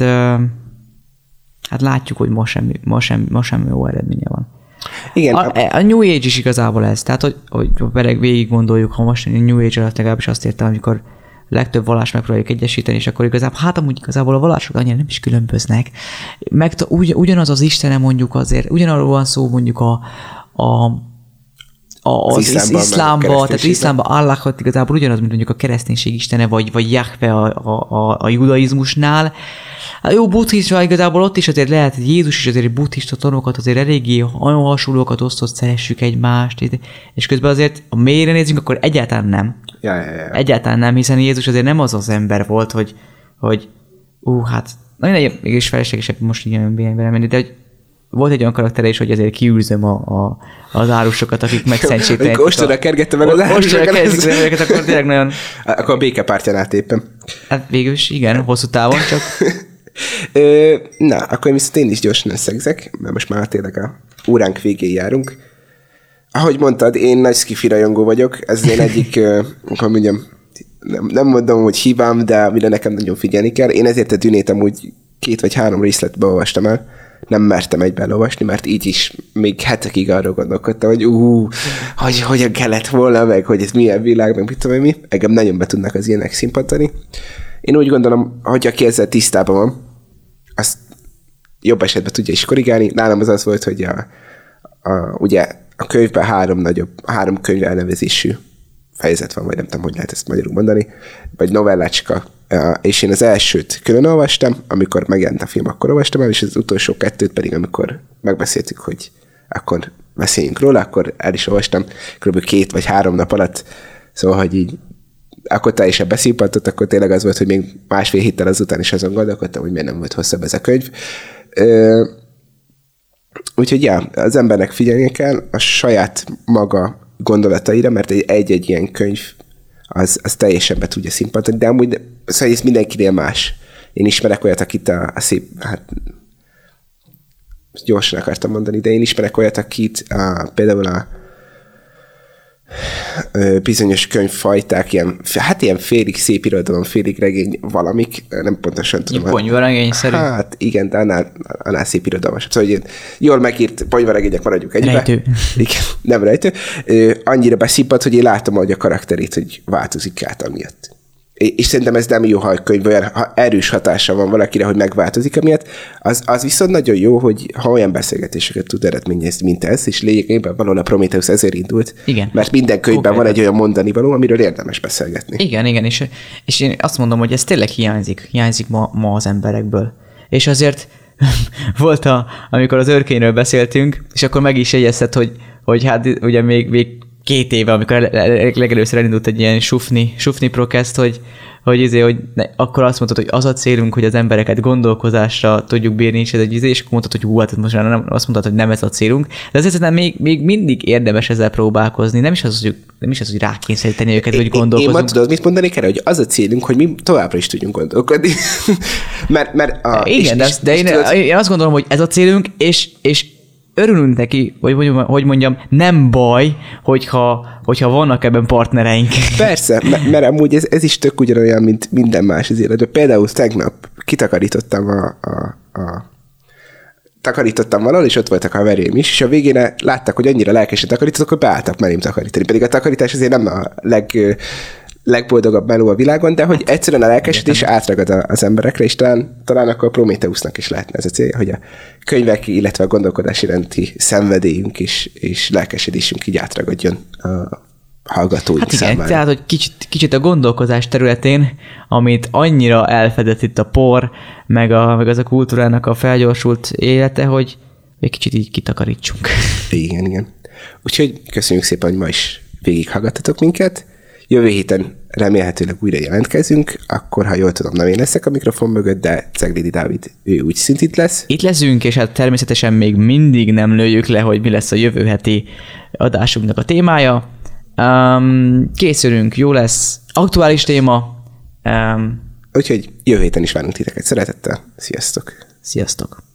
B: hát látjuk, hogy ma sem, ma sem, ma sem jó eredménye van. Igen, a, a, a New Age is igazából ez, tehát hogy, hogy végig gondoljuk, ha most a New Age alatt legalábbis azt értem, amikor legtöbb vallás megpróbáljuk egyesíteni, és akkor igazából, hát amúgy igazából a vallások annyira nem is különböznek. Meg ugy, ugyanaz az Istene mondjuk azért, ugyanarról van szó mondjuk a, a, a az, az iszlámban, iszlámban tehát iszlámban Allah igazából ugyanaz, mint mondjuk a kereszténység istene, vagy, vagy Jahve a, a, a, a judaizmusnál. A jó buddhizmusban igazából ott is azért lehet, hogy Jézus is azért buddhista tanokat azért eléggé nagyon hasonlókat osztott, szeressük egymást, és közben azért, ha mélyre nézzünk, akkor egyáltalán nem.
A: Ja, ja, ja.
B: Egyáltalán nem, hiszen Jézus azért nem az az ember volt, hogy, hogy ú, hát, nagyon mégis feleslegesebb most ilyen menni, de hogy volt egy olyan karaktere is, hogy azért kiűzöm a, a, az árusokat, akik megszentségtelenítik.
A: Amikor ostorra kergettem meg az árusokat.
B: Ostorra kergettem meg őket, akkor tényleg nagyon...
A: Akkor a békepártyán átéppen.
B: Hát végül is, igen, hosszú távon csak...
A: Ö, na, akkor én viszont én is gyorsan összegzek, mert most már tényleg a óránk végén járunk. Ahogy mondtad, én nagy sci-fi rajongó vagyok, ez én egyik, hogy mondjam, nem, nem mondom, hogy hibám, de amire nekem nagyon figyelni kell. Én ezért a Dűnét amúgy két vagy három részletbe olvastam el, nem mertem egyben olvasni, mert így is még hetekig arra gondolkodtam, hogy ú, hogy hogyan kellett volna, meg hogy ez milyen világ, meg mit tudom mi. Engem nagyon be tudnak az ilyenek szimpantani. Én úgy gondolom, hogy aki ezzel tisztában van, azt jobb esetben tudja is korrigálni. Nálam az az volt, hogy a, a, ugye a könyvben három nagyobb, három könyv elnevezésű fejezet van, vagy nem tudom, hogy lehet ezt magyarul mondani, vagy novellácska, és én az elsőt külön olvastam, amikor megjelent a film, akkor olvastam el, és az utolsó kettőt pedig, amikor megbeszéltük, hogy akkor beszéljünk róla, akkor el is olvastam, kb. két vagy három nap alatt, szóval, hogy így akkor teljesen beszínpantott, akkor tényleg az volt, hogy még másfél héttel azután is azon gondolkodtam, hogy miért nem volt hosszabb ez a könyv. Ö, úgyhogy ja, az embernek figyelnie kell a saját maga gondolataira, mert egy-egy ilyen könyv az, az teljesen be tudja színpadni, de amúgy szóval ez mindenkinél más. Én ismerek olyat, akit a, a szép, hát gyorsan akartam mondani, de én ismerek olyat, akit a, például a bizonyos könyvfajták, ilyen, hát ilyen félig szép irodalom, félig regény valamik, nem pontosan tudom.
B: Ponyvaregényszerű.
A: Hát igen, de annál, annál szép irodalmas. Szóval, hogy jól megírt ponyvaregények maradjuk egybe.
B: Rejtő.
A: Igen, nem rejtő. Annyira beszippant, hogy én látom, hogy a karakterét, hogy változik át amiatt. és szerintem ez nem jó, ha a könyv olyan ha erős hatása van valakire, hogy megváltozik emiatt, az, az viszont nagyon jó, hogy ha olyan beszélgetéseket tud eredményezni, mint ez, és lényegében valahol a Prometheus ezért indult.
B: Igen.
A: Mert minden könyvben okay. van egy olyan mondani való, amiről érdemes beszélgetni.
B: Igen, igen, és, és én azt mondom, hogy ez tényleg hiányzik, hiányzik ma, ma az emberekből. És azért volt, a, amikor az őrkényről beszéltünk, és akkor meg is jegyezted, hogy, hogy hát ugye még, még két éve, amikor legelőször elindult egy ilyen sufni, sufni prokeszt, hogy, hogy, izé, hogy ne, akkor azt mondtad, hogy az a célunk, hogy az embereket gondolkozásra tudjuk bírni, és ez egy izé, és akkor mondtad, hogy hú, hát most már nem, azt mondtad, hogy nem ez a célunk, de azért nem még, még mindig érdemes ezzel próbálkozni, nem is az, hogy, nem is az, hogy rákényszeríteni őket, hogy gondolkozunk.
A: Én ma tudod, mit mondani kell, hogy az a célunk, hogy mi továbbra is tudjunk gondolkodni. mert, mert a,
B: igen, és, de, és, de én, tudod... én azt gondolom, hogy ez a célunk, és, és örülünk neki, vagy hogy mondjam, nem baj, hogyha, hogyha vannak ebben partnereink.
A: Persze, mert, mert amúgy ez, ez is tök ugyanolyan, mint minden más az életben. Például tegnap kitakarítottam a, a, a takarítottam valahol, és ott voltak a verém is, és a végén láttak, hogy annyira lelkesen takarítottak, hogy beálltak merém takarítani. Pedig a takarítás azért nem a leg... legboldogabb meló a világon, de hogy egyszerűen a lelkesedés átragad az emberekre, és talán, talán akkor Prometheusnak is lehetne ez a célja, hogy a könyvek, illetve a gondolkodás iránti szenvedélyünk és, és lelkesedésünk így átragadjon a hallgatóink
B: hát igen,
A: számára.
B: Tehát, hogy kicsit, kicsit a gondolkozás területén, amit annyira elfedett itt a por, meg, a, meg az a kultúrának a felgyorsult élete, hogy egy kicsit így kitakarítsunk.
A: Igen, igen. Úgyhogy köszönjük szépen, hogy ma is végighallgattatok minket. Jövő héten remélhetőleg újra jelentkezünk, akkor, ha jól tudom, nem én leszek a mikrofon mögött, de Ceglédi Dávid, ő úgy szint itt lesz.
B: Itt leszünk, és hát természetesen még mindig nem lőjük le, hogy mi lesz a jövő heti adásunknak a témája. Um, készülünk, jó lesz, aktuális téma. Um,
A: Úgyhogy jövő héten is várunk titeket szeretettel. Sziasztok!
B: Sziasztok!